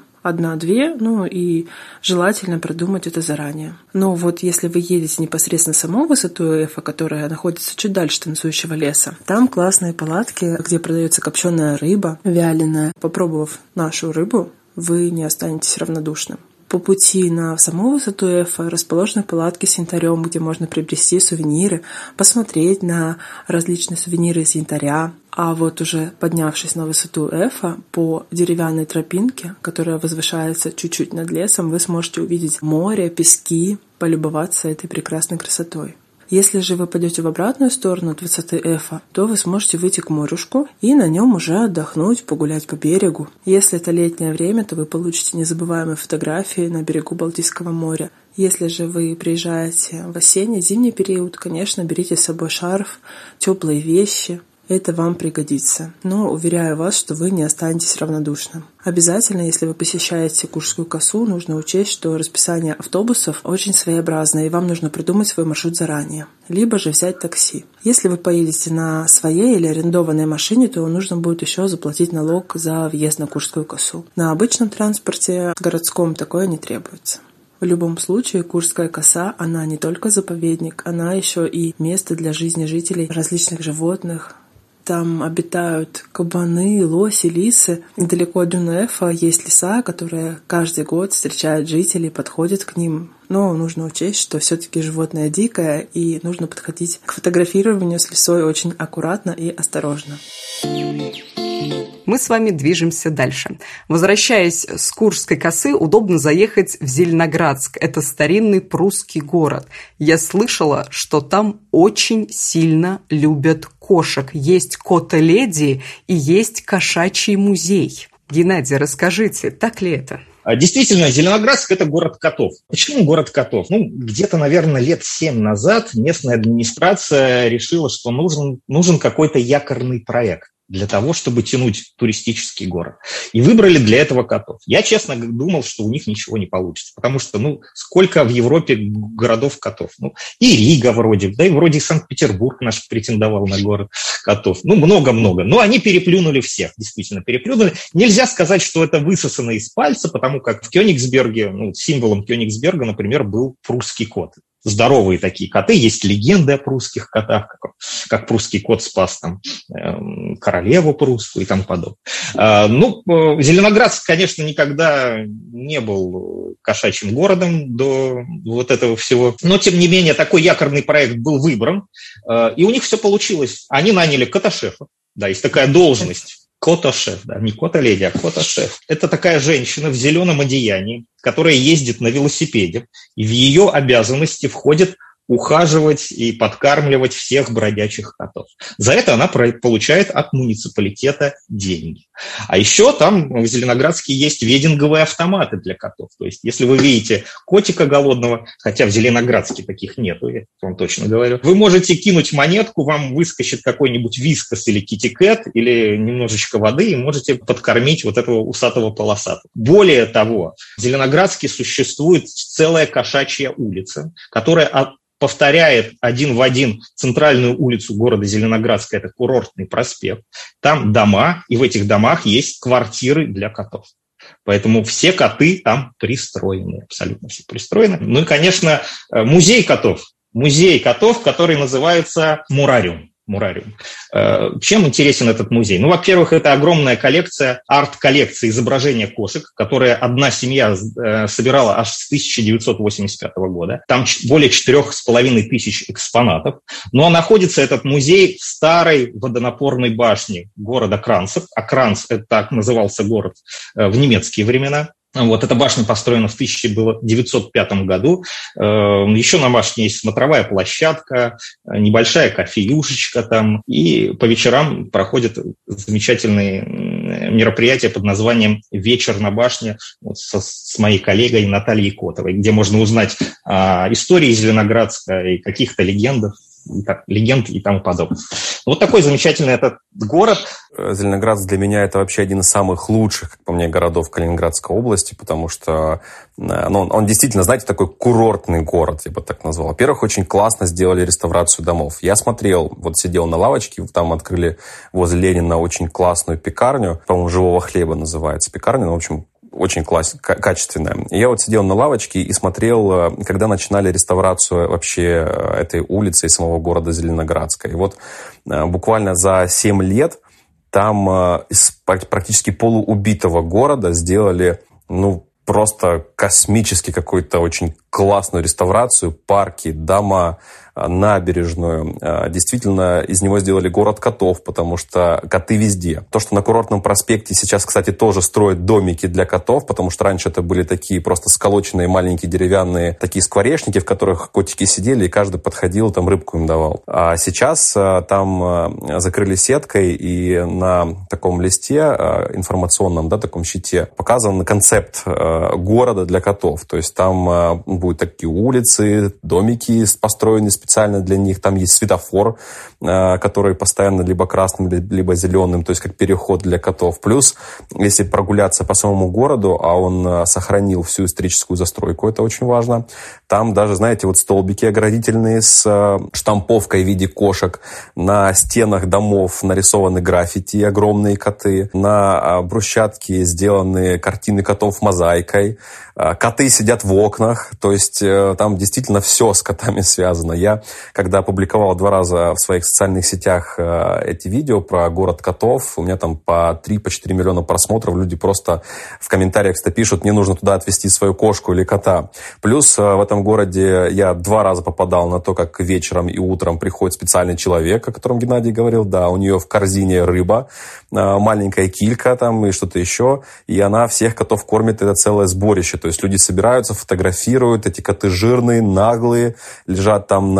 1-2, и желательно продумать это заранее. Но вот если вы едете непосредственно на саму высоту Эфа, которая находится чуть дальше танцующего леса, там классные палатки, где продается копченая рыба, вяленая. Попробовав нашу рыбу, вы не останетесь равнодушным. По пути на саму высоту Эфа расположены палатки с янтарем, где можно приобрести сувениры, посмотреть на различные сувениры из янтаря. А вот уже поднявшись на высоту Эфа по деревянной тропинке, которая возвышается чуть-чуть над лесом, вы сможете увидеть море, пески, полюбоваться этой прекрасной красотой. Если же вы пойдете в обратную сторону от высоты Эфа, то вы сможете выйти к морюшку и на нем уже отдохнуть, погулять по берегу. Если это летнее время, то вы получите незабываемые фотографии на берегу Балтийского моря. Если же вы приезжаете в осенне-зимний период, конечно, берите с собой шарф, теплые вещи. Это вам пригодится. Но уверяю вас, что вы не останетесь равнодушным. Обязательно, если вы посещаете Куршскую косу, нужно учесть, что расписание автобусов очень своеобразное, и вам нужно придумать свой маршрут заранее. Либо же взять такси. Если вы поедете на своей или арендованной машине, то нужно будет еще заплатить налог за въезд на Куршскую косу. На обычном транспорте городском такое не требуется. В любом случае, Куршская коса, она не только заповедник, она еще и место для жизни жителей различных животных. Там обитают кабаны, лоси, лисы. Недалеко от дюны Эфа есть лиса, которая каждый год встречает жителей, подходит к ним. Но нужно учесть, что все-таки животное дикое, и нужно подходить к фотографированию с лисой очень аккуратно и осторожно. Мы с вами движемся дальше. Возвращаясь с Куршской косы, удобно заехать в Зеленоградск. Это старинный прусский город. Я слышала, что там очень сильно любят кошек. Есть кот-леди и есть кошачий музей. Геннадий, расскажите, так ли это? Действительно, Зеленоградск – это город котов. Почему город котов? Где-то, наверное, лет 7 назад местная администрация решила, что нужен какой-то якорный проект для того, чтобы тянуть туристический город. И выбрали для этого котов. Я, честно, думал, что у них ничего не получится, потому что, сколько в Европе городов котов? И Рига вроде, да и вроде Санкт-Петербург наш претендовал на город котов. Много-много. Но они переплюнули всех, действительно переплюнули. Нельзя сказать, что это высосано из пальца, потому как в Кёнигсберге, символом Кёнигсберга, например, был прусский кот. Здоровые такие коты, есть легенды о прусских котах, как прусский кот спас королеву прусскую и тому подобное. Зеленоградск, конечно, никогда не был кошачьим городом до вот этого всего, но, тем не менее, такой якорный проект был выбран, и у них все получилось. Они наняли кота-шефа, да, есть такая должность. Кота-шеф, да, не кота-леди, а кота-шеф. Это такая женщина в зеленом одеянии, которая ездит на велосипеде, и в ее обязанности входит ухаживать и подкармливать всех бродячих котов. За это она получает от муниципалитета деньги. А еще там в Зеленоградске есть вединговые автоматы для котов. То есть, если вы видите котика голодного, хотя в Зеленоградске таких нету, я вам точно говорю, вы можете кинуть монетку, вам выскочит какой-нибудь вискас или китикет, или немножечко воды, и можете подкормить вот этого усатого полосатого. Более того, в Зеленоградске существует целая кошачья улица, которая повторяет один в один центральную улицу города Зеленоградска, это Курортный проспект. Там дома, и в этих домах есть квартиры для котов. Поэтому все коты там пристроены, абсолютно все пристроены. И, конечно, музей котов, который называется Мурариум. Чем интересен этот музей? Во-первых, это огромная коллекция, арт-коллекция изображения кошек, которая одна семья собирала аж с 1985 года. Там более 4500 экспонатов. А находится этот музей в старой водонапорной башне города Кранцев. А Кранц – это так назывался город в немецкие времена. Эта башня построена в 1905 году. Еще на башне есть смотровая площадка, небольшая кофеюшечка там. И по вечерам проходят замечательные мероприятия под названием «Вечер на башне» с моей коллегой Натальей Котовой, где можно узнать о истории Зеленоградска и каких-то легенд и тому подобное. Такой замечательный этот город. Зеленоградск для меня это вообще один из самых лучших, как по мне, городов Калининградской области, потому что он действительно, знаете, такой курортный город, я бы так назвал. Во-первых, очень классно сделали реставрацию домов. Я смотрел, сидел на лавочке, там открыли возле Ленина очень классную пекарню, по-моему, «Живого хлеба» называется пекарня, в общем, очень качественная. Я сидел на лавочке и смотрел, когда начинали реставрацию вообще этой улицы и самого города Зеленоградска. И буквально за 7 лет там из практически полуубитого города сделали, просто космически какую-то очень классную реставрацию, парки, дома, набережную. Действительно, из него сделали город котов, потому что коты везде. То, что на Курортном проспекте сейчас, кстати, тоже строят домики для котов, потому что раньше это были такие просто сколоченные маленькие деревянные такие скворечники, в которых котики сидели, и каждый подходил, там рыбку им давал. А сейчас там закрыли сеткой, и на таком листе информационном, таком щите, показан концепт города для котов. То есть там будут такие улицы, домики построены специально для них. Там есть светофор, который постоянно либо красным, либо зеленым, то есть как переход для котов. Плюс, если прогуляться по самому городу, а он сохранил всю историческую застройку, это очень важно. Там даже, знаете, столбики оградительные с штамповкой в виде кошек. На стенах домов нарисованы граффити, огромные коты. На брусчатке сделаны картины котов мозаикой. Коты сидят в окнах, то есть там действительно все с котами связано. Я, когда опубликовал 2 раза в своих социальных сетях эти видео про город котов, у меня там по 3-4 миллиона просмотров, люди просто в комментариях пишут, мне нужно туда отвезти свою кошку или кота. Плюс в этом городе я 2 раза попадал на то, как вечером и утром приходит специальный человек, о котором Геннадий говорил, у нее в корзине рыба, маленькая килька там и что-то еще, и она всех котов кормит, это целое сборище. То есть люди собираются, фотографируют, эти коты жирные, наглые, лежат там на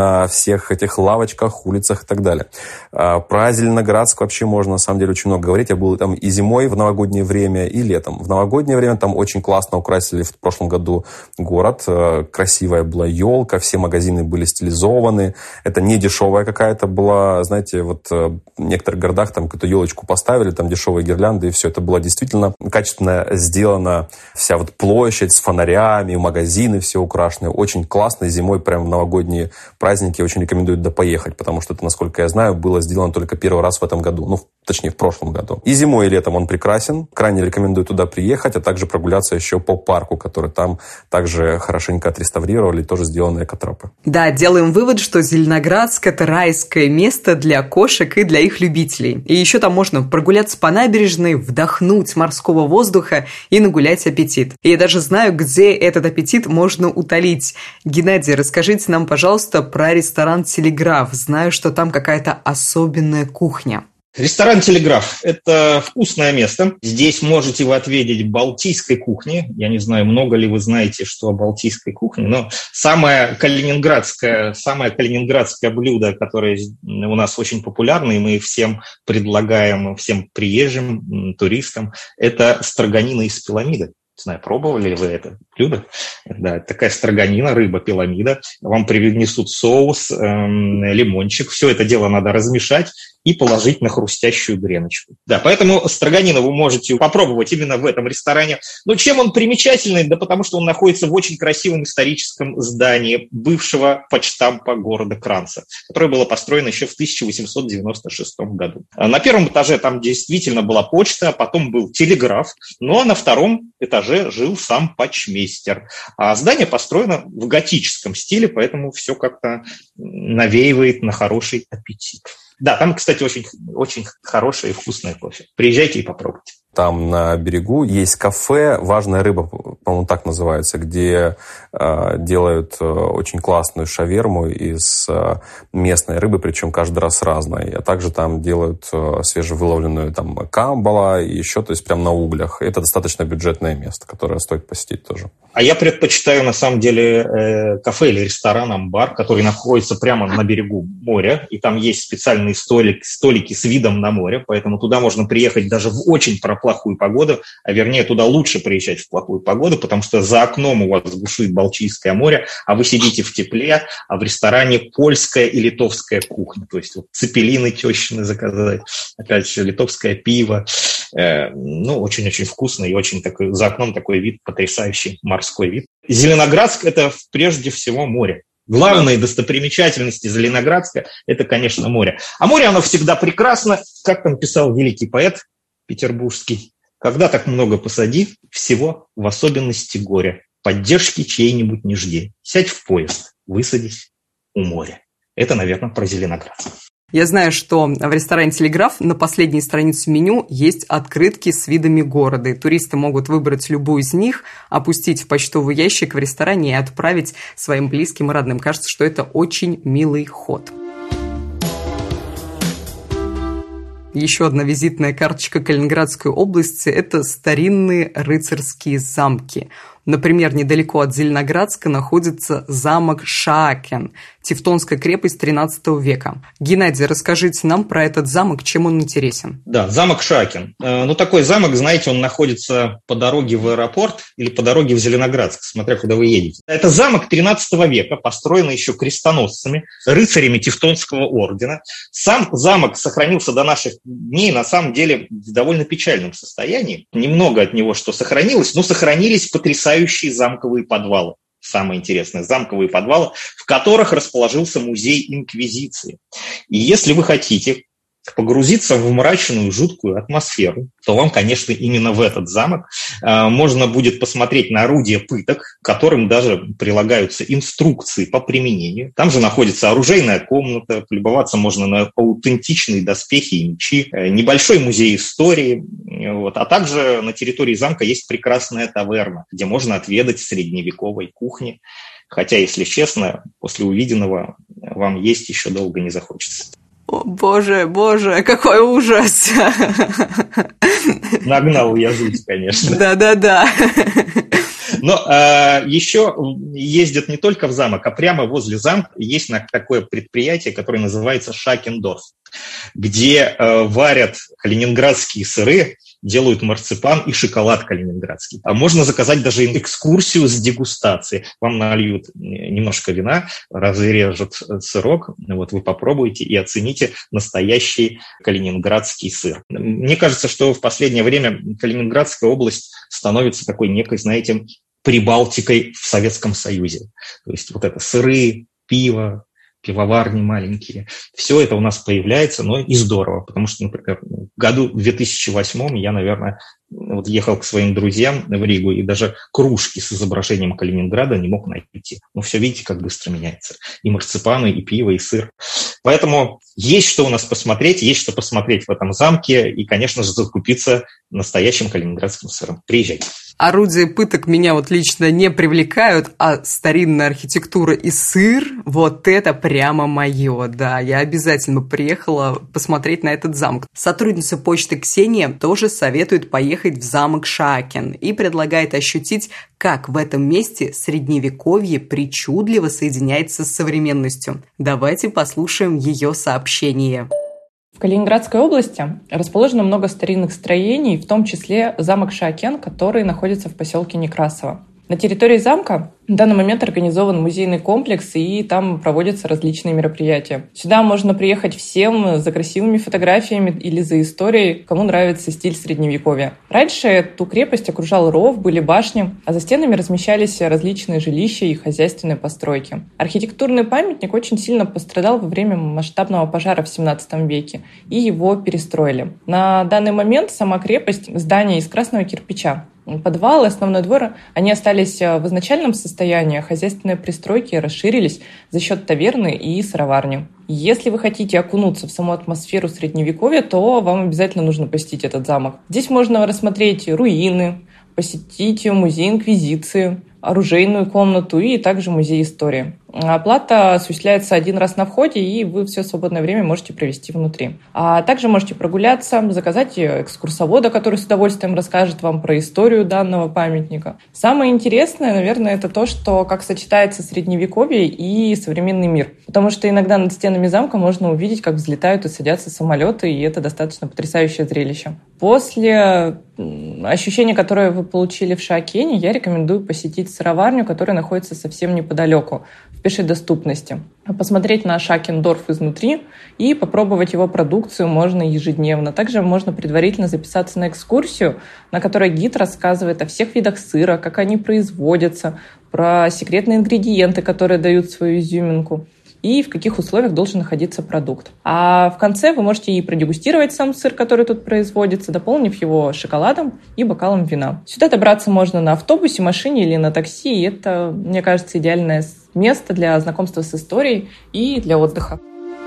на всех этих лавочках, улицах и так далее. Про Зеленоградск вообще можно, на самом деле, очень много говорить. Я был там и зимой в новогоднее время, и летом. В новогоднее время там очень классно украсили в прошлом году город. Красивая была елка, все магазины были стилизованы. Это не дешевая какая-то была, знаете, вот в некоторых городах там какую-то елочку поставили, там дешевые гирлянды, и все. Это было действительно качественно сделано. Вся вот площадь с фонарями, магазины все украшены. Очень классно. Зимой прям в новогодние праздники очень рекомендую туда поехать, потому что это, насколько я знаю, было сделано только первый раз в этом году. Ну, точнее, в прошлом году. И зимой, и летом он прекрасен. Крайне рекомендую туда приехать, а также прогуляться еще по парку, который там также хорошенько отреставрировали, тоже сделаны экотропы. Да, делаем вывод, что Зеленоградск – это райское место для кошек и для их любителей. И еще там можно прогуляться по набережной, вдохнуть морского воздуха и нагулять аппетит. И я даже знаю, где этот аппетит можно утолить. Геннадий, расскажите нам, пожалуйста, про ресторан «Телеграф». Знаю, что там какая-то особенная кухня. Ресторан «Телеграф» – это вкусное место. Здесь можете вы отведать балтийской кухни. Я не знаю, много ли вы знаете, что о балтийской кухне, но самое калининградское блюдо, которое у нас очень популярно, и мы всем предлагаем, всем приезжим, туристам, это строганина из пиламиды. Не знаю, пробовали ли вы это блюдо? Да, такая строганина, рыба, пиламида. Вам принесут соус, лимончик. Все это дело надо размешать и положить на хрустящую греночку. Да, поэтому строганина вы можете попробовать именно в этом ресторане. Но чем он примечательный? Да потому что он находится в очень красивом историческом здании бывшего почтампа города Кранца, которое было построено еще в 1896 году. На первом этаже там действительно была почта, потом был телеграф, ну а на втором этаже жил сам почмейстер. А здание построено в готическом стиле, поэтому все как-то навеивает на хороший аппетит. Да, там, кстати, очень, очень хорошее и вкусное кофе. Приезжайте и попробуйте. Там на берегу есть кафе «Важная рыба», по-моему, так называется, где делают очень классную шаверму из местной рыбы, причем каждый раз разной. А также там делают свежевыловленную там камбала и еще, то есть прям на углях. Это достаточно бюджетное место, которое стоит посетить тоже. А я предпочитаю, на самом деле, кафе или ресторан «Амбар», который находится прямо на берегу моря, и там есть специальные столики с видом на море, поэтому туда можно приехать даже в очень плохую погоду, а вернее туда лучше приезжать в плохую погоду, потому что за окном у вас бушует Балтийское море, а вы сидите в тепле, а в ресторане польская и литовская кухня, то есть вот цепелины тещины заказать, опять же литовское пиво, ну очень-очень вкусно и очень такой, за окном такой вид, потрясающий морской вид. Зеленоградск – это прежде всего море. Главные достопримечательности Зеленоградска – это, конечно, море. А море, оно всегда прекрасно, как там писал великий поэт петербургский. Когда так много посади, всего, в особенности горя, поддержки чьей-нибудь не жди. Сядь в поезд, высадись у моря. Это, наверное, про Зеленоградск. Я знаю, что в ресторане «Телеграф» на последней странице меню есть открытки с видами города. И туристы могут выбрать любую из них, опустить в почтовый ящик в ресторане и отправить своим близким и родным. Кажется, что это очень милый ход. Еще одна визитная карточка Калининградской области – это старинные рыцарские замки. Например, недалеко от Зеленоградска находится замок Шаакен, тевтонская крепость XIII века. Геннадий, расскажите нам про этот замок, чем он интересен. Да, замок Шаакен. Ну, такой замок, знаете, он находится по дороге в аэропорт или по дороге в Зеленоградск, смотря куда вы едете. Это замок XIII века, построенный еще крестоносцами, рыцарями Тевтонского ордена. Сам замок сохранился до наших дней, на самом деле, в довольно печальном состоянии. Немного от него что сохранилось, но сохранились потрясающие замковые подвалы. Самое интересное, замковые подвалы, в которых расположился музей Инквизиции. И если вы хотите погрузиться в мрачную, жуткую атмосферу, то вам, конечно, именно в этот замок можно будет посмотреть на орудия пыток, к которым даже прилагаются инструкции по применению. Там же находится оружейная комната, полюбоваться можно на аутентичные доспехи и мечи, небольшой музей истории, а также на территории замка есть прекрасная таверна, где можно отведать средневековой кухни. Хотя, если честно, после увиденного вам есть еще долго не захочется. О, боже, какой ужас! Нагнал я жуть, конечно. Да. Но еще ездят не только в замок, а прямо возле замка есть такое предприятие, которое называется Шакендорф, где варят калининградские сыры, делают марципан и шоколад калининградский. А можно заказать даже экскурсию с дегустацией. Вам нальют немножко вина, разрежут сырок, вот вы попробуете и оцените настоящий калининградский сыр. Мне кажется, что в последнее время Калининградская область становится такой некой, знаете, Прибалтикой в Советском Союзе. То есть вот это сыры, пиво, пивоварни маленькие. Все это у нас появляется, но и здорово, потому что, например, в году 2008 я, наверное, вот ехал к своим друзьям в Ригу и даже кружки с изображением Калининграда не мог найти. Но все видите, как быстро меняется. И марципаны, и пиво, и сыр. Поэтому есть что у нас посмотреть, есть что посмотреть в этом замке и, конечно же, закупиться настоящим калининградским сыром. Приезжайте. Орудия пыток меня вот лично не привлекают, а старинная архитектура и сыр, вот это прямо мое, да. Я обязательно приехала посмотреть на этот замок. Сотрудница почты Ксения тоже советует поехать в замок Шаакен и предлагает ощутить, как в этом месте средневековье причудливо соединяется с современностью. Давайте послушаем ее сообщение. В Калининградской области расположено много старинных строений, в том числе замок Шаакен, который находится в поселке Некрасово. На территории замка в данный момент организован музейный комплекс, и там проводятся различные мероприятия. Сюда можно приехать всем за красивыми фотографиями или за историей, кому нравится стиль средневековья. Раньше эту крепость окружал ров, были башни, а за стенами размещались различные жилища и хозяйственные постройки. Архитектурный памятник очень сильно пострадал во время масштабного пожара в 17 веке, и его перестроили. На данный момент сама крепость – здание из красного кирпича. Подвал и основной двор, они остались в изначальном состоянии, а хозяйственные пристройки расширились за счет таверны и сыроварни. Если вы хотите окунуться в саму атмосферу средневековья, то вам обязательно нужно посетить этот замок. Здесь можно рассмотреть руины, посетить музей Инквизиции, оружейную комнату и также музей истории. Оплата осуществляется один раз на входе, и вы все свободное время можете провести внутри. А также можете прогуляться, заказать экскурсовода, который с удовольствием расскажет вам про историю данного памятника. Самое интересное, наверное, это то, что как сочетается средневековье и современный мир. Потому что иногда над стенами замка можно увидеть, как взлетают и садятся самолеты, и это достаточно потрясающее зрелище. После ощущения, которое вы получили в Шаакене, я рекомендую посетить сыроварню, которая находится совсем неподалеку, в пешей доступности. Посмотреть на Шакендорф изнутри и попробовать его продукцию можно ежедневно. Также можно предварительно записаться на экскурсию, на которой гид рассказывает о всех видах сыра, как они производятся, про секретные ингредиенты, которые дают свою изюминку, и в каких условиях должен находиться продукт. А в конце вы можете и продегустировать сам сыр, который тут производится, дополнив его шоколадом и бокалом вина. Сюда добраться можно на автобусе, машине или на такси, и это, мне кажется, идеальное место для знакомства с историей и для отдыха.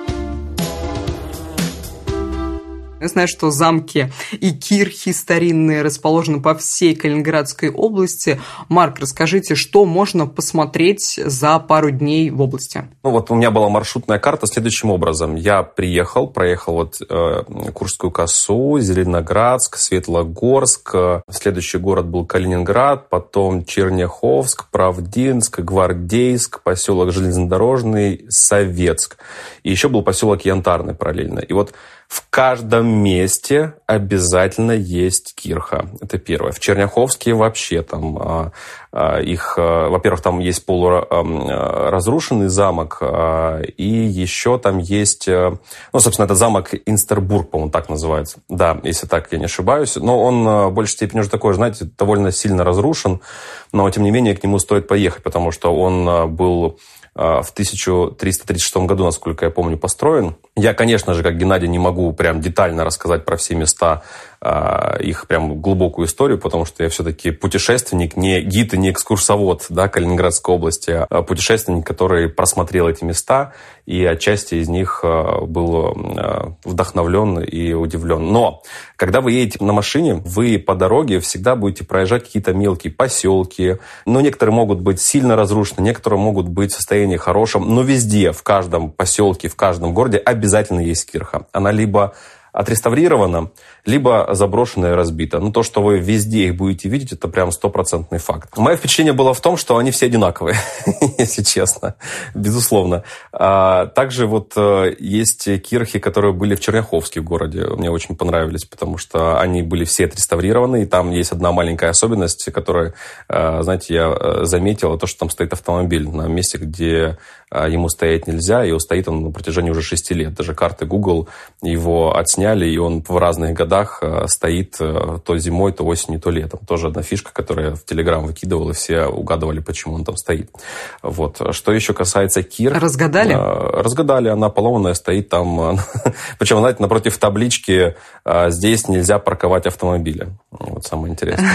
Я знаю, что замки и кирхи старинные расположены по всей Калининградской области. Марк, расскажите, что можно посмотреть за пару дней в области? Ну вот у меня была маршрутная карта следующим образом. Я проехал Куршскую косу, Зеленоградск, Светлогорск. Следующий город был Калининград, потом Черняховск, Правдинск, Гвардейск, поселок Железнодорожный, Советск. И еще был поселок Янтарный параллельно. И вот в каждом месте обязательно есть кирха. Это первое. В Черняховске вообще там во-первых, там есть полуразрушенный замок, и еще там есть, собственно, это замок Инстербург, по-моему, так называется. Да, если так я не ошибаюсь. Но он в большей степени уже такой, знаете, довольно сильно разрушен, но, тем не менее, к нему стоит поехать, потому что он был в 1336 году, насколько я помню, построен. Я, конечно же, как Геннадий, не могу прям детально рассказать про все места, их прям глубокую историю, потому что я все-таки путешественник, не гид и не экскурсовод, да, Калининградской области, а путешественник, который просмотрел эти места и отчасти из них был вдохновлен и удивлен. Но когда вы едете на машине, вы по дороге всегда будете проезжать какие-то мелкие поселки, но некоторые могут быть сильно разрушены, некоторые могут быть в состоянии хорошем, но везде, в каждом поселке, в каждом городе обязательно есть кирха. Она либо отреставрировано, либо заброшено и разбито. Ну, то, что вы везде их будете видеть, это прям 100% факт. Мое впечатление было в том, что они все одинаковые, если честно, безусловно. Также вот есть кирхи, которые были в Черняховске в городе. Мне очень понравились, потому что они были все отреставрированы, и там есть одна маленькая особенность, которую, знаете, я заметил, то, что там стоит автомобиль на месте, где ему стоять нельзя, и стоит он на протяжении уже 6 лет. Даже карты Google его отсняли, и он в разных годах стоит то зимой, то осенью, то летом. Тоже одна фишка, которую я в Телеграм выкидывал, и все угадывали, почему он там стоит. Вот. Что еще касается кирх... Разгадали? Разгадали. Она поломанная, стоит там. Причем, знаете, напротив таблички «Здесь нельзя парковать автомобили». Вот самое интересное.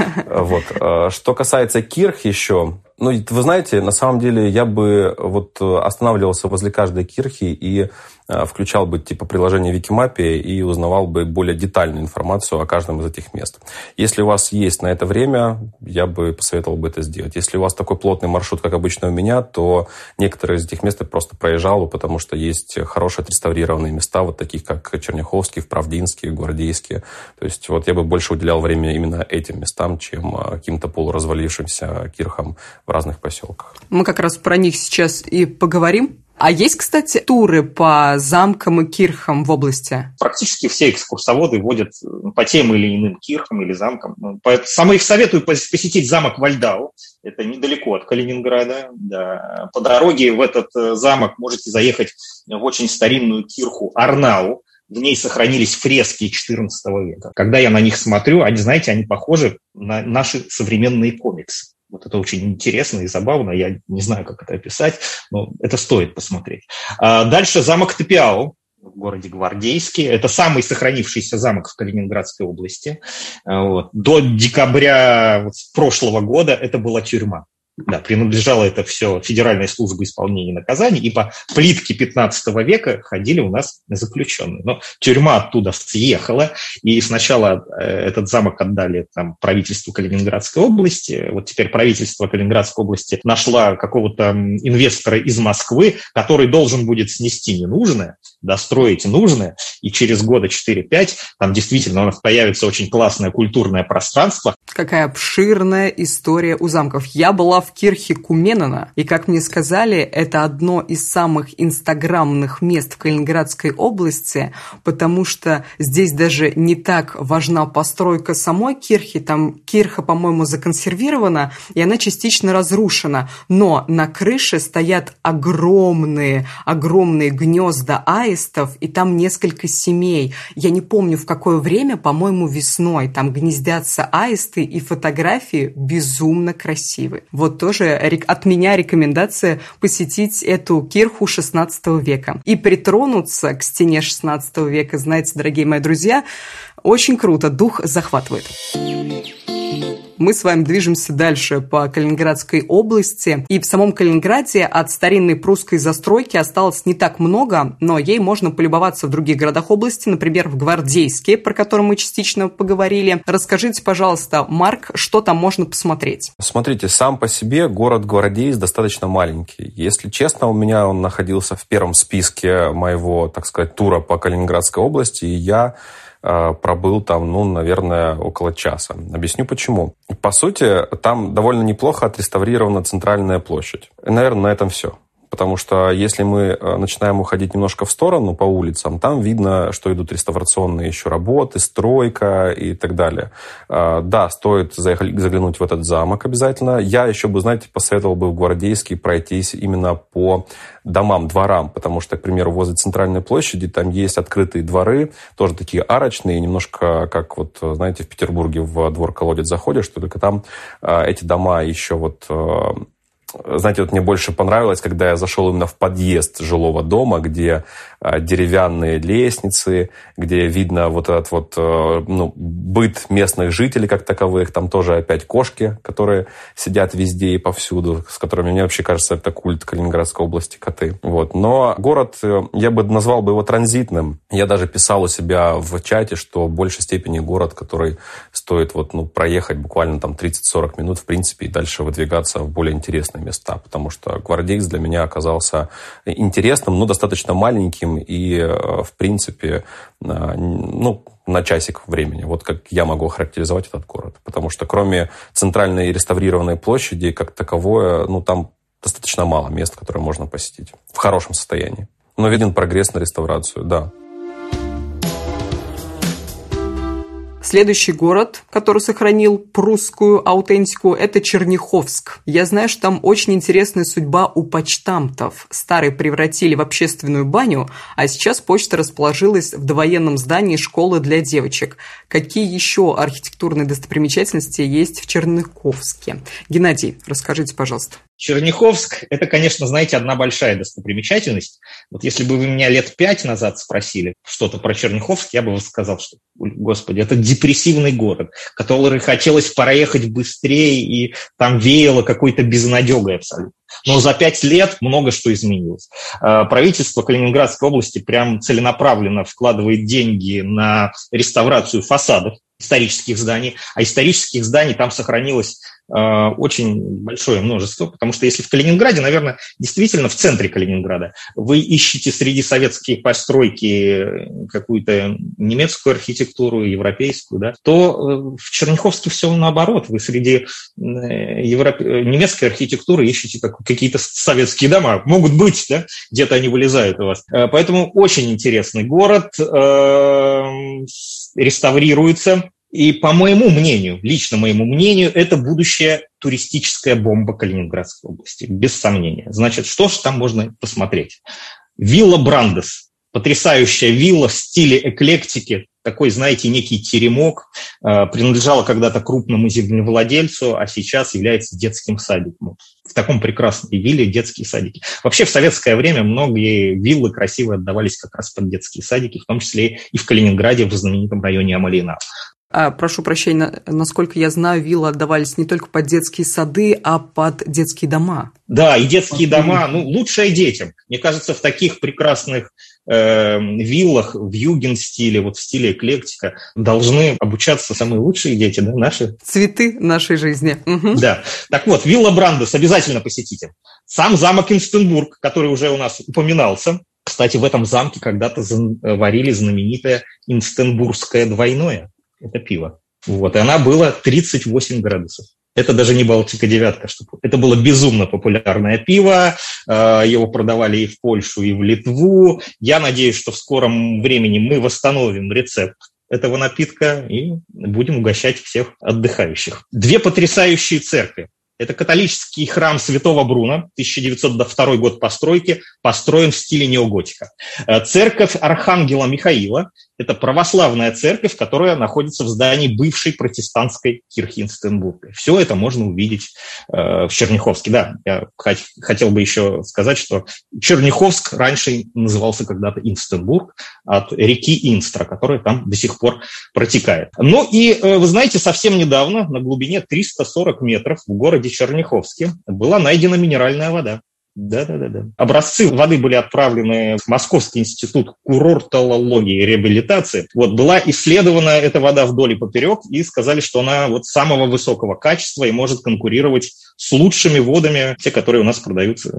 Вот. Что касается кирх еще... Ну, вы знаете, на самом деле я бы вот останавливался возле каждой кирхи и включал бы типа приложение Викимапия и узнавал бы более детальную информацию о каждом из этих мест. Если у вас есть на это время, я бы посоветовал бы это сделать. Если у вас такой плотный маршрут, как обычно у меня, то некоторые из этих мест я просто проезжал бы, потому что есть хорошие отреставрированные места, вот таких как Черняховский, Вправдинский, Гвардейский. То есть вот я бы больше уделял время именно этим местам, чем каким-то полуразвалившимся кирхам в разных поселках. Мы как раз про них сейчас и поговорим. А есть, кстати, туры по замкам и кирхам в области? Практически все экскурсоводы водят по тем или иным кирхам или замкам. Поэтому самое их советую посетить замок Вальдау. Это недалеко от Калининграда. Да. По дороге в этот замок можете заехать в очень старинную кирху Арнау. В ней сохранились фрески XIV века. Когда я на них смотрю, они, знаете, они похожи на наши современные комиксы. Вот это очень интересно и забавно. Я не знаю, как это описать, но это стоит посмотреть. Дальше замок Топиау в городе Гвардейске. Это самый сохранившийся замок в Калининградской области. Вот. До декабря прошлого года это была тюрьма. Да, принадлежало это все Федеральной службе исполнения наказаний, и по плитке 15 века ходили у нас заключенные. Но тюрьма оттуда съехала, и сначала этот замок отдали правительству Калининградской области. Вот теперь правительство Калининградской области нашла какого-то инвестора из Москвы, который должен будет снести ненужное, достроить нужное, и через года 4-5 там действительно у нас появится очень классное культурное пространство. Какая обширная история у замков. Я была в кирхе Куменана, и, как мне сказали, это одно из самых инстаграмных мест в Калининградской области, потому что здесь даже не так важна постройка самой кирхи, там кирха, по-моему, законсервирована, и она частично разрушена, но на крыше стоят огромные гнезда аистов, и там несколько семей. Я не помню, в какое время, по-моему, весной, там гнездятся аисты, и фотографии безумно красивые. Вот тоже от меня рекомендация посетить эту кирху XVI века и притронуться к стене XVI века. Знаете, дорогие мои друзья, очень круто, дух захватывает. Мы с вами движемся дальше по Калининградской области. И в самом Калининграде от старинной прусской застройки осталось не так много, но ей можно полюбоваться в других городах области, например, в Гвардейске, про который мы частично поговорили. Расскажите, пожалуйста, Марк, что там можно посмотреть? Смотрите, сам по себе город Гвардейск достаточно маленький. Если честно, у меня он находился в первом списке моего, так сказать, тура по Калининградской области, и я пробыл там, наверное, около часа. Объясню почему. По сути, там довольно неплохо отреставрирована центральная площадь. И, наверное, на этом все. Потому что если мы начинаем уходить немножко в сторону по улицам, там видно, что идут реставрационные еще работы, стройка и так далее. Да, стоит заглянуть в этот замок обязательно. Я еще бы, знаете, посоветовал бы в Гвардейске пройтись именно по домам, дворам, потому что, к примеру, возле центральной площади там есть открытые дворы, тоже такие арочные, немножко как вот, знаете, в Петербурге в двор-колодец заходишь, только там эти дома еще вот... Знаете, вот мне больше понравилось, когда я зашел именно в подъезд жилого дома, где деревянные лестницы, где видно вот этот вот быт местных жителей как таковых. Там тоже опять кошки, которые сидят везде и повсюду, с которыми, мне вообще кажется, это культ Калининградской области, коты. Вот. Но город, я бы назвал бы его транзитным. Я даже писал у себя в чате, что в большей степени город, который стоит проехать буквально там 30-40 минут, в принципе, и дальше выдвигаться в более интересные места, потому что Гвардейск для меня оказался интересным, но достаточно маленьким и, в принципе, на часик времени. Вот как я могу охарактеризовать этот город. Потому что кроме центральной реставрированной площади, как таковое, там достаточно мало мест, которые можно посетить в хорошем состоянии. Но виден прогресс на реставрацию, да. Следующий город, который сохранил прусскую аутентику, это Черняховск. Я знаю, что там очень интересная судьба у почтамтов. Старый превратили в общественную баню, а сейчас почта расположилась в довоенном здании школы для девочек. Какие еще архитектурные достопримечательности есть в Черняховске? Геннадий, расскажите, пожалуйста. Черняховск – это, конечно, знаете, одна большая достопримечательность. Вот если бы вы меня лет 5 назад спросили что-то про Черняховск, я бы сказал, что, господи, это депрессивный город, который хотелось проехать быстрее, и там веяло какой-то безнадегой абсолютно. Но за 5 лет много что изменилось. Правительство Калининградской области прям целенаправленно вкладывает деньги на реставрацию фасадов исторических зданий, а исторических зданий там сохранилось очень большое множество, потому что если в Калининграде, наверное, действительно в центре Калининграда вы ищете среди советских постройки какую-то немецкую архитектуру, европейскую, да, то в Черняховске все наоборот. Вы среди немецкой архитектуры ищете какие-то советские дома. Могут быть, да, где-то они вылезают у вас. Поэтому очень интересный город, реставрируется. И по моему мнению, лично моему мнению, это будущая туристическая бомба Калининградской области, без сомнения. Значит, что же там можно посмотреть? Вилла Брандес. Потрясающая вилла в стиле эклектики. Такой, знаете, некий теремок. Принадлежала когда-то крупному землевладельцу, а сейчас является детским садиком. В таком прекрасной вилле детские садики. Вообще в советское время многие виллы красиво отдавались как раз под детские садики, в том числе и в Калининграде, в знаменитом районе Амалиина. Прошу прощения, насколько я знаю, виллы отдавались не только под детские сады, а под детские дома. Да, и детские дома, лучшее детям. Мне кажется, в таких прекрасных виллах в югенстиле, вот в стиле эклектика, должны обучаться самые лучшие дети, да, наши. Цветы нашей жизни. Угу. Да. Так вот, вилла Брандес обязательно посетите. Сам замок Инстенбург, который уже у нас упоминался. Кстати, в этом замке когда-то варили знаменитое инстенбургское двойное. Это пиво. Вот. И она была 38 градусов. Это даже не Балтика-9, это было безумно популярное пиво. Его продавали и в Польшу, и в Литву. Я надеюсь, что в скором времени мы восстановим рецепт этого напитка и будем угощать всех отдыхающих. 2 потрясающие церкви. Это католический храм Святого Бруна, 1902 год постройки, построен в стиле неоготика. Церковь Архангела Михаила – это православная церковь, которая находится в здании бывшей протестантской кирхи Инстенбурга. Все это можно увидеть в Черняховске. Да, я хотел бы еще сказать, что Черняховск раньше назывался когда-то Инстенбург от реки Инстра, которая там до сих пор протекает. Ну и, вы знаете, совсем недавно на глубине 340 метров в городе Черняховске была найдена минеральная вода. Да. Образцы воды были отправлены в Московский институт курортологии и реабилитации. Вот, была исследована эта вода вдоль и поперек, и сказали, что она вот самого высокого качества и может конкурировать с лучшими водами, те, которые у нас продаются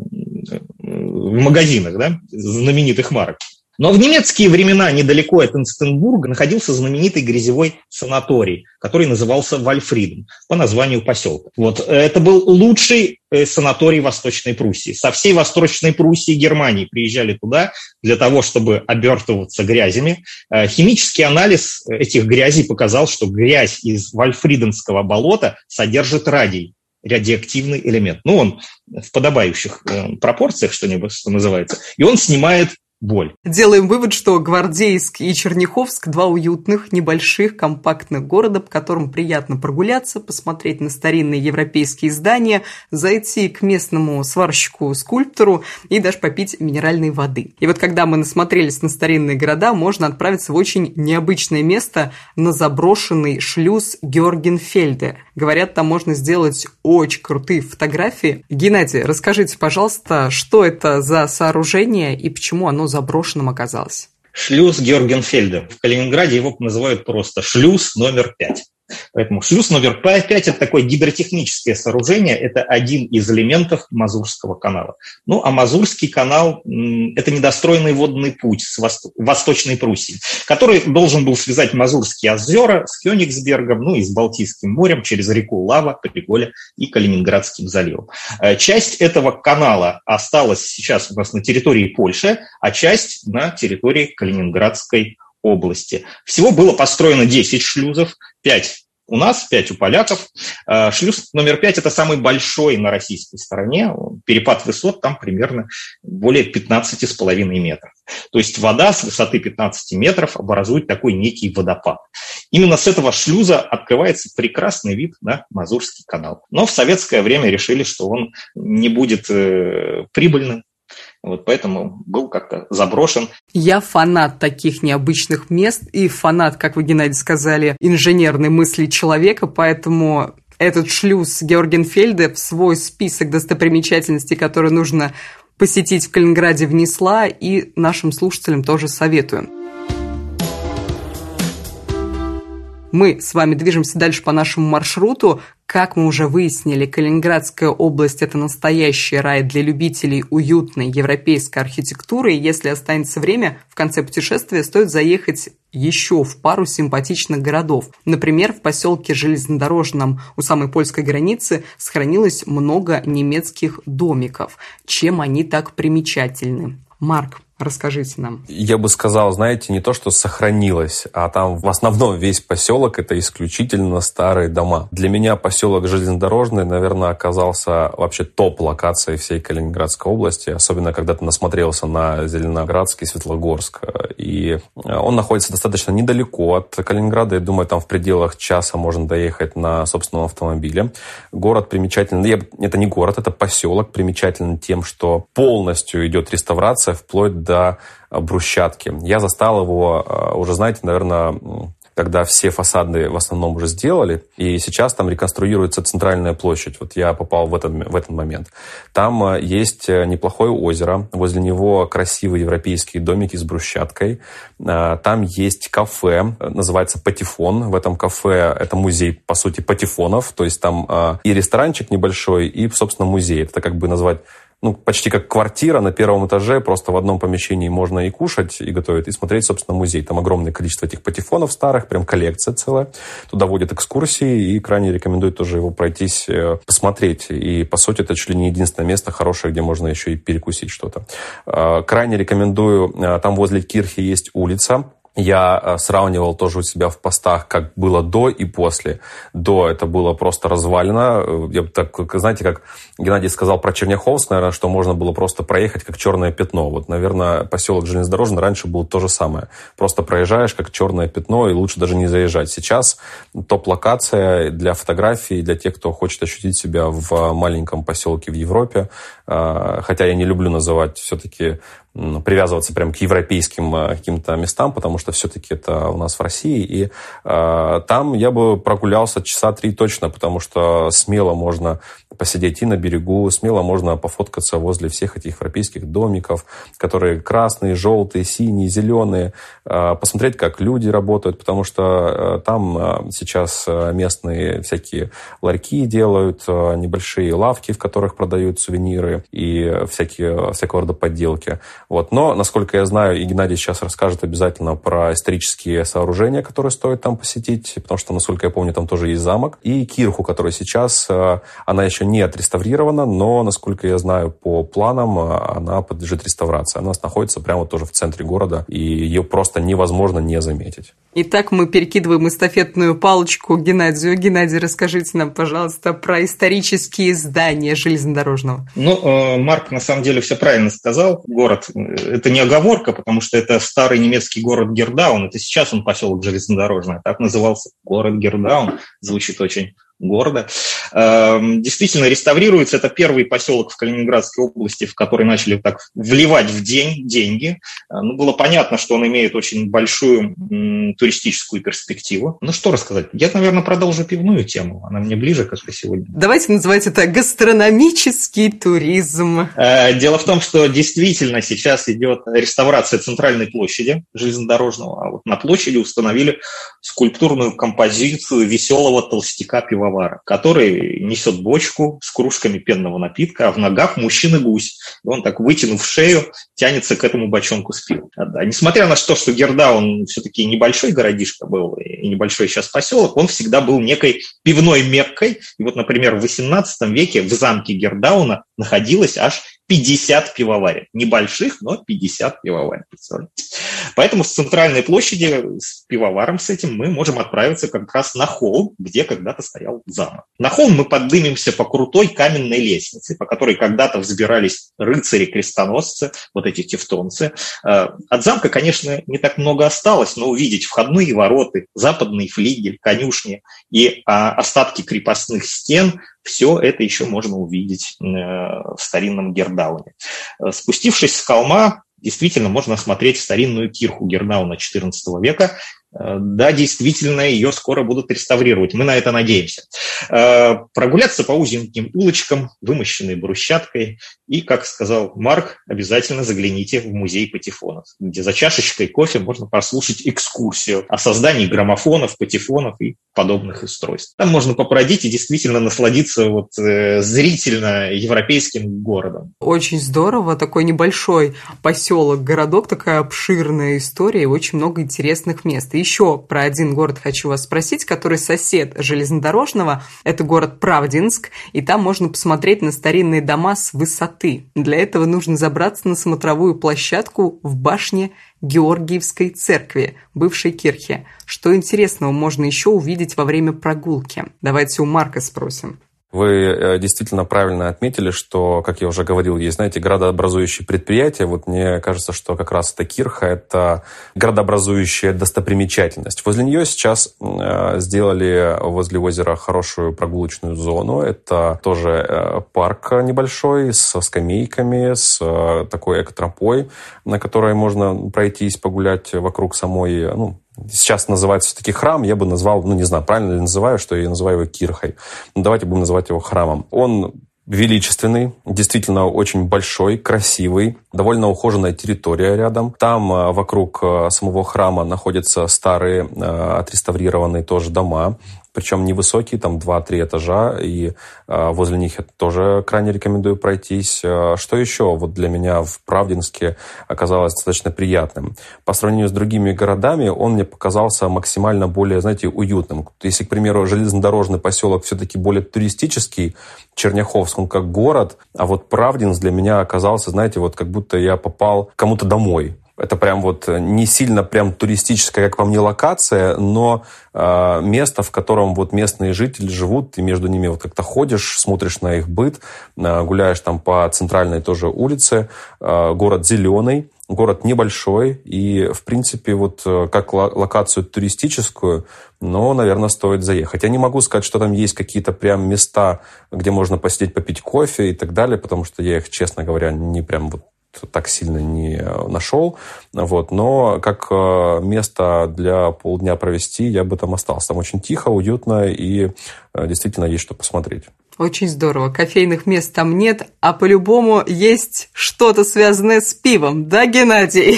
в магазинах, да, знаменитых марок. Но в немецкие времена недалеко от Инстенбурга находился знаменитый грязевой санаторий, который назывался Вальфриден, по названию поселка. Вот. Это был лучший санаторий Восточной Пруссии. Со всей Восточной Пруссии и Германии приезжали туда для того, чтобы обертываться грязями. Химический анализ этих грязей показал, что грязь из Вальфриденского болота содержит радий. Радиоактивный элемент. Он в подобающих пропорциях, что называется, и он снимает боль. Делаем вывод, что Гвардейск и Черняховск – 2 уютных, небольших, компактных города, по которым приятно прогуляться, посмотреть на старинные европейские здания, зайти к местному сварщику-скульптору и даже попить минеральной воды. И вот когда мы насмотрелись на старинные города, можно отправиться в очень необычное место на заброшенный шлюз Георгенфельде. Говорят, там можно сделать очень крутые фотографии. Геннадий, расскажите, пожалуйста, что это за сооружение и почему оно заброшенным оказалось? Шлюз Георгенфельда. В Калининграде его называют просто шлюз номер 5. Поэтому шлюз номер 5 – это такое гидротехническое сооружение, это один из элементов Мазурского канала. Ну, а Мазурский канал – это недостроенный водный путь с Восточной Пруссии, который должен был связать Мазурские озера с Кёнигсбергом, ну и с Балтийским морем через реку Лава, Приголя и Калининградским заливом. Часть этого канала осталась сейчас у нас на территории Польши, а часть на территории Калининградской области. Всего было построено 10 шлюзов, 5 у нас, 5 у поляков. Шлюз номер 5 – это самый большой на российской стороне. Перепад высот там примерно более 15,5 метров. То есть вода с высоты 15 метров образует такой некий водопад. Именно с этого шлюза открывается прекрасный вид на Мазурский канал. Но в советское время решили, что он не будет прибыльным. Вот поэтому был как-то заброшен. Я фанат таких необычных мест и фанат, как вы, Геннадий, сказали, инженерной мысли человека, поэтому этот шлюз Георгенфельда в свой список достопримечательностей, которые нужно посетить в Калининграде, внесла, и нашим слушателям тоже советую. Мы с вами движемся дальше по нашему маршруту. Как мы уже выяснили, Калининградская область – это настоящий рай для любителей уютной европейской архитектуры. И если останется время, в конце путешествия стоит заехать еще в пару симпатичных городов. Например, в поселке Железнодорожном у самой польской границы сохранилось много немецких домиков. Чем они так примечательны? Марк, расскажите нам. Я бы сказал, знаете, не то, что сохранилось, а там в основном весь поселок – это исключительно старые дома. Для меня поселок Железнодорожный, наверное, оказался вообще топ-локацией всей Калининградской области, особенно когда ты насмотрелся на Зеленоградск и Светлогорск. И он находится достаточно недалеко от Калининграда. Я думаю, там в пределах часа можно доехать на собственном автомобиле. Город примечательный. Это не город, это поселок, примечательный тем, что полностью идет реставрация вплоть до брусчатки. Я застал его уже, знаете, наверное, когда все фасады в основном уже сделали, и сейчас там реконструируется центральная площадь. Вот я попал в этот момент. Там есть неплохое озеро, возле него красивые европейские домики с брусчаткой. Там есть кафе, называется «Патефон». В этом кафе это музей, по сути, патефонов, то есть там и ресторанчик небольшой, и, собственно, музей. Это как бы назвать почти как квартира на первом этаже, просто в одном помещении можно и кушать, и готовить, и смотреть, собственно, музей. Там огромное количество этих патефонов старых, прям коллекция целая. Туда водят экскурсии, и крайне рекомендую тоже его пройтись, посмотреть. И, по сути, это чуть ли не единственное место хорошее, где можно еще и перекусить что-то. Крайне рекомендую, там возле Кирхи есть улица. Я сравнивал тоже у себя в постах, как было до и после. До это было просто развалено. Я так, знаете, как Геннадий сказал про Черняховск, наверное, что можно было просто проехать как черное пятно. Вот, наверное, поселок Железнодорожный раньше был то же самое. Просто проезжаешь как черное пятно, и лучше даже не заезжать. Сейчас топ-локация для фотографий, для тех, кто хочет ощутить себя в маленьком поселке в Европе. Хотя я не люблю называть все-таки привязываться прям к европейским каким-то местам, потому что все-таки это у нас в России. И там я бы прогулялся часа 3 точно, потому что смело можно посидеть и на берегу, смело можно пофоткаться возле всех этих европейских домиков, которые красные, желтые, синие, зеленые, посмотреть, как люди работают, потому что там сейчас местные всякие ларьки делают, небольшие лавки, в которых продают сувениры и всякого рода подделки. Вот. Но, насколько я знаю, и Геннадий сейчас расскажет обязательно про исторические сооружения, которые стоит там посетить, потому что, насколько я помню, там тоже есть замок. И Кирху, которая сейчас, она еще не отреставрирована, но, насколько я знаю, по планам она подлежит реставрации. Она находится прямо тоже в центре города, и ее просто невозможно не заметить. Итак, мы перекидываем эстафетную палочку Геннадию. Геннадий, расскажите нам, пожалуйста, про исторические здания железнодорожного. Марк на самом деле все правильно сказал. Город – это не оговорка, потому что это старый немецкий город Гердаун. Это сейчас он поселок Железнодорожный. Так назывался город Гердаун. Звучит очень города. Действительно, реставрируется. Это первый поселок в Калининградской области, в который начали так вливать в день деньги. Было понятно, что он имеет очень большую туристическую перспективу. Что рассказать? Я, наверное, продолжу пивную тему. Она мне ближе, как-то сегодня. Давайте называть это гастрономический туризм. Дело в том, что действительно сейчас идет реставрация центральной площади железнодорожного. А вот на площади установили скульптурную композицию веселого толстяка-пивовара, который несет бочку с кружками пенного напитка, а в ногах мужчина-гусь. И он так, вытянув шею, тянется к этому бочонку с пивом. Да. Несмотря на то, что Гердаун все-таки небольшой городишко был и небольшой сейчас поселок, он всегда был некой пивной Меккой. И вот, например, в XVIII веке в замке Гердауна находилось аж 50 пивоварен. Небольших, но 50 пивоварен. Поэтому с центральной площади, с пивоваром с этим, мы можем отправиться как раз на холм, где когда-то стоял замок. На холм мы поднимемся по крутой каменной лестнице, по которой когда-то взбирались рыцари-крестоносцы, вот эти тевтонцы. От замка, конечно, не так много осталось, но увидеть входные ворота, западный флигель, конюшни и остатки крепостных стен – все это еще можно увидеть в старинном Гердауне. Спустившись с холма, действительно можно осмотреть старинную кирху Гердауна XIV века. Да, действительно, ее скоро будут реставрировать. Мы на это надеемся. Прогуляться по узеньким улочкам, вымощенной брусчаткой. И, как сказал Марк, обязательно загляните в музей патефонов, где за чашечкой кофе можно послушать экскурсию о создании граммофонов, патефонов и подобных устройств. Там можно побродить и действительно насладиться зрительно европейским городом. Очень здорово. Такой небольшой поселок, городок, такая обширная история и очень много интересных мест. И еще про один город хочу вас спросить, который сосед железнодорожного. Это город Правдинск, и там можно посмотреть на старинные дома с высоты. Для этого нужно забраться на смотровую площадку в башне Георгиевской церкви, бывшей кирхи. Что интересного можно еще увидеть во время прогулки? Давайте у Марка спросим. Вы действительно правильно отметили, что, как я уже говорил, есть, знаете, градообразующие предприятия. Вот мне кажется, что как раз эта кирха – это градообразующая достопримечательность. Возле нее сейчас сделали возле озера хорошую прогулочную зону. Это тоже парк небольшой с скамейками, с такой экотропой, на которой можно пройтись, погулять вокруг самой, сейчас называется все-таки храм, я бы назвал, не знаю, правильно ли называю, что я называю его кирхой. Давайте будем называть его храмом. Он величественный, действительно очень большой, красивый, довольно ухоженная территория рядом. Там вокруг самого храма находятся старые, отреставрированные тоже дома, причем невысокие, там 2-3 этажа, и возле них я тоже крайне рекомендую пройтись. Что еще для меня в Правдинске оказалось достаточно приятным? По сравнению с другими городами он мне показался максимально более, уютным. Если, к примеру, железнодорожный поселок все-таки более туристический, Черняховск, он как город, а вот Правдинск для меня оказался, как будто я попал к кому-то домой. Это прям не сильно прям туристическая, как по мне, локация, но место, в котором местные жители живут, и между ними как-то ходишь, смотришь на их быт, гуляешь там по центральной тоже улице. Город зеленый, город небольшой, и, в принципе, как локацию туристическую, наверное, стоит заехать. Я не могу сказать, что там есть какие-то прям места, где можно посидеть, попить кофе и так далее, потому что я их, честно говоря, не прям так сильно не нашел, но как место для полдня провести я бы там остался. Там очень тихо, уютно и действительно есть что посмотреть. Очень здорово. Кофейных мест там нет, а по-любому есть что-то связанное с пивом, да, Геннадий?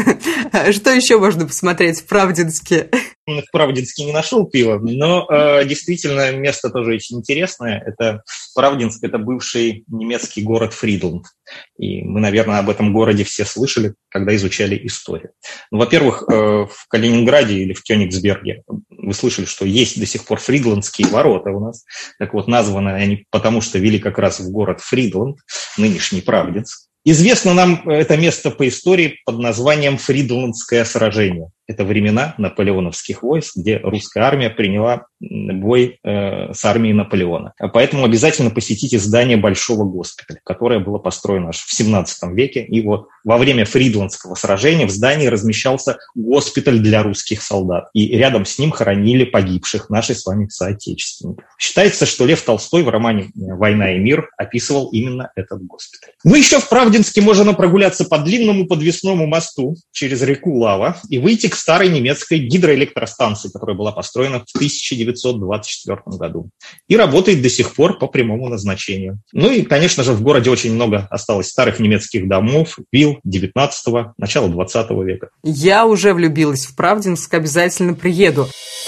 Что еще можно посмотреть в Правдинске? В Правдинске не нашел пива, но действительно место тоже очень интересное. Это Правдинск, это бывший немецкий город Фридланд. И мы, наверное, об этом городе все слышали, когда изучали историю. Во-первых, в Калининграде или в Кёнигсберге вы слышали, что есть до сих пор Фридландские ворота у нас. Так вот, названы они потому, что вели как раз в город Фридланд, нынешний Правдинск. Известно нам это место по истории под названием Фридландское сражение. Это времена наполеоновских войск, где русская армия приняла бой с армией Наполеона. Поэтому обязательно посетите здание Большого госпиталя, которое было построено аж в 17 веке. И вот во время Фридландского сражения в здании размещался госпиталь для русских солдат. И рядом с ним хоронили погибших наших с вами соотечественников. Считается, что Лев Толстой в романе «Война и мир» описывал именно этот госпиталь. Ну, еще в Правдинске можно прогуляться по длинному подвесному мосту через реку Лава и выйти к старой немецкой гидроэлектростанции, которая была построена в 1924 году и работает до сих пор по прямому назначению. Ну и, конечно же, в городе очень много осталось старых немецких домов, вилл 19-го, начала 20 века. Я уже влюбилась в Правдинск, обязательно приеду.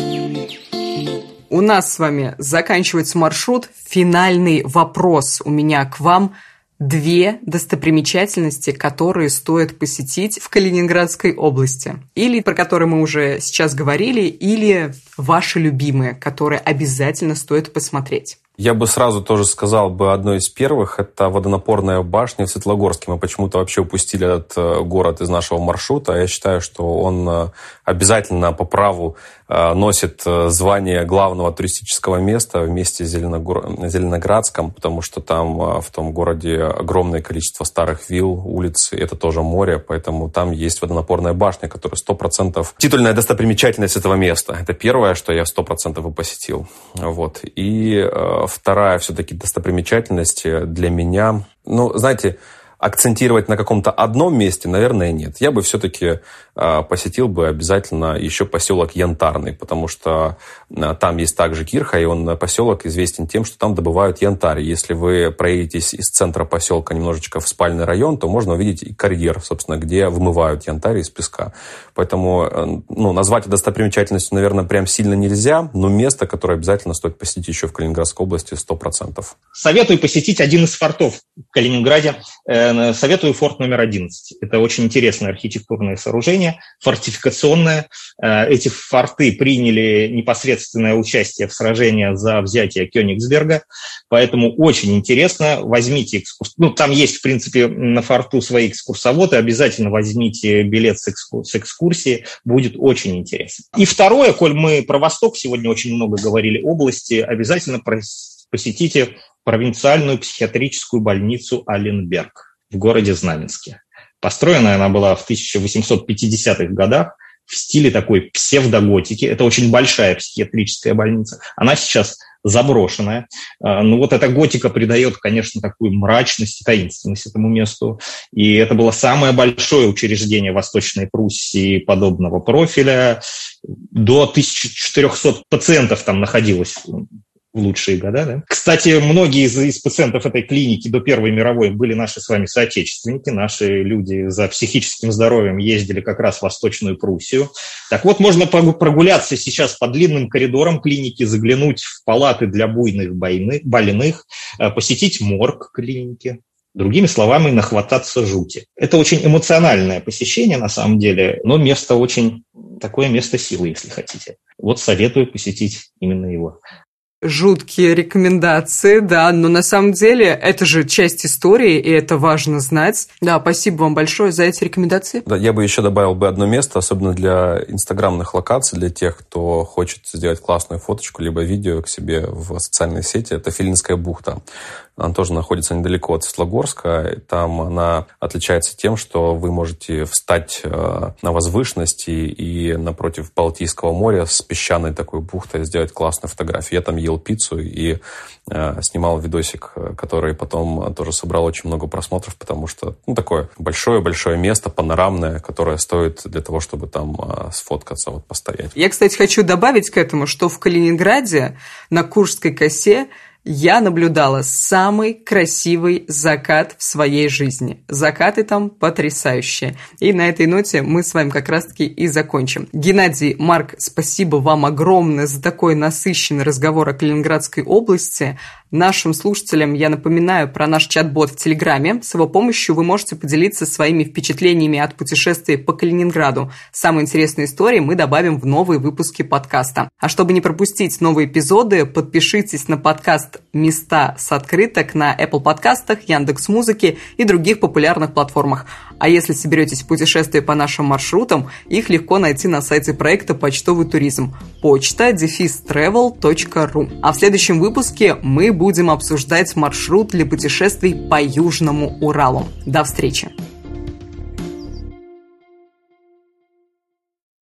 У нас с вами заканчивается маршрут. Финальный вопрос у меня к вам. 2 достопримечательности, которые стоит посетить в Калининградской области. Или про которые мы уже сейчас говорили, или ваши любимые, которые обязательно стоит посмотреть. Я бы сразу тоже сказал бы одной из первых, это водонапорная башня в Светлогорске. Мы почему-то вообще упустили этот город из нашего маршрута. Я считаю, что он обязательно по праву носит звание главного туристического места вместе с Зеленоградском, потому что там в том городе огромное количество старых вилл, улиц, и это тоже море, поэтому там есть водонапорная башня, которая 100% титульная достопримечательность этого места. Это первое, что я 100% и посетил. Вот. И вторая все-таки достопримечательность для меня, знаете, акцентировать на каком-то одном месте, наверное, нет. Я бы все-таки посетил бы обязательно еще поселок Янтарный, потому что там есть также кирха, и поселок известен тем, что там добывают янтарь. Если вы проедетесь из центра поселка немножечко в спальный район, то можно увидеть и карьер, собственно, где вымывают янтарь из песка. Поэтому назвать это достопримечательностью, наверное, прям сильно нельзя, но место, которое обязательно стоит посетить еще в Калининградской области 100%. Советую посетить один из фортов в Калининграде. Советую форт номер 11. Это очень интересное архитектурное сооружение, фортификационное. Эти форты приняли непосредственное участие в сражении за взятие Кёнигсберга, поэтому очень интересно. Возьмите экскурсию. Там есть, в принципе, на форту свои экскурсоводы. Обязательно возьмите билет с экскурсии. Будет очень интересно. И второе, коль мы про Восток сегодня очень много говорили, области, обязательно посетите провинциальную психиатрическую больницу Аленберг в городе Знаменске. Построена она была в 1850-х годах в стиле такой псевдоготики. Это очень большая психиатрическая больница. Она сейчас заброшенная. Но вот эта готика придает, конечно, такую мрачность и таинственность этому месту. И это было самое большое учреждение Восточной Пруссии подобного профиля. До 1400 пациентов там находилось в лучшие года, да? Кстати, многие из пациентов этой клиники до Первой мировой были наши с вами соотечественники. Наши люди за психическим здоровьем ездили как раз в Восточную Пруссию. Так вот, можно прогуляться сейчас по длинным коридорам клиники, заглянуть в палаты для буйных больных, посетить морг клиники. Другими словами, нахвататься жути. Это очень эмоциональное посещение, на самом деле, но такое место силы, если хотите. Вот советую посетить именно его. Жуткие рекомендации, да, но на самом деле это же часть истории, и это важно знать. Да, спасибо вам большое за эти рекомендации. Да, я бы еще добавил одно место, особенно для инстаграмных локаций, для тех, кто хочет сделать классную фоточку, либо видео к себе в социальной сети. Это Филинская бухта. Она тоже находится недалеко от Светлогорска. Там она отличается тем, что вы можете встать на возвышенности и напротив Балтийского моря с песчаной такой бухтой сделать классную фотографию. Я там ел пиццу и снимал видосик, который потом тоже собрал очень много просмотров, потому что такое большое-большое место, панорамное, которое стоит для того, чтобы там сфоткаться, постоять. Я, кстати, хочу добавить к этому, что в Калининграде на Куршской косе я наблюдала самый красивый закат в своей жизни. Закаты там потрясающие. И на этой ноте мы с вами как раз-таки и закончим. Геннадий, Марк, спасибо вам огромное за такой насыщенный разговор о Калининградской области. Нашим слушателям я напоминаю про наш чат-бот в Телеграме. С его помощью вы можете поделиться своими впечатлениями от путешествий по Калининграду. Самые интересные истории мы добавим в новые выпуски подкаста. А чтобы не пропустить новые эпизоды, подпишитесь на подкаст «Места с открыток» на Apple подкастах, Яндекс.Музыке и других популярных платформах. А если соберетесь в путешествие по нашим маршрутам, их легко найти на сайте проекта «Почтовый туризм» почта-travel.ru. А в следующем выпуске мы будем обсуждать маршрут для путешествий по Южному Уралу. До встречи!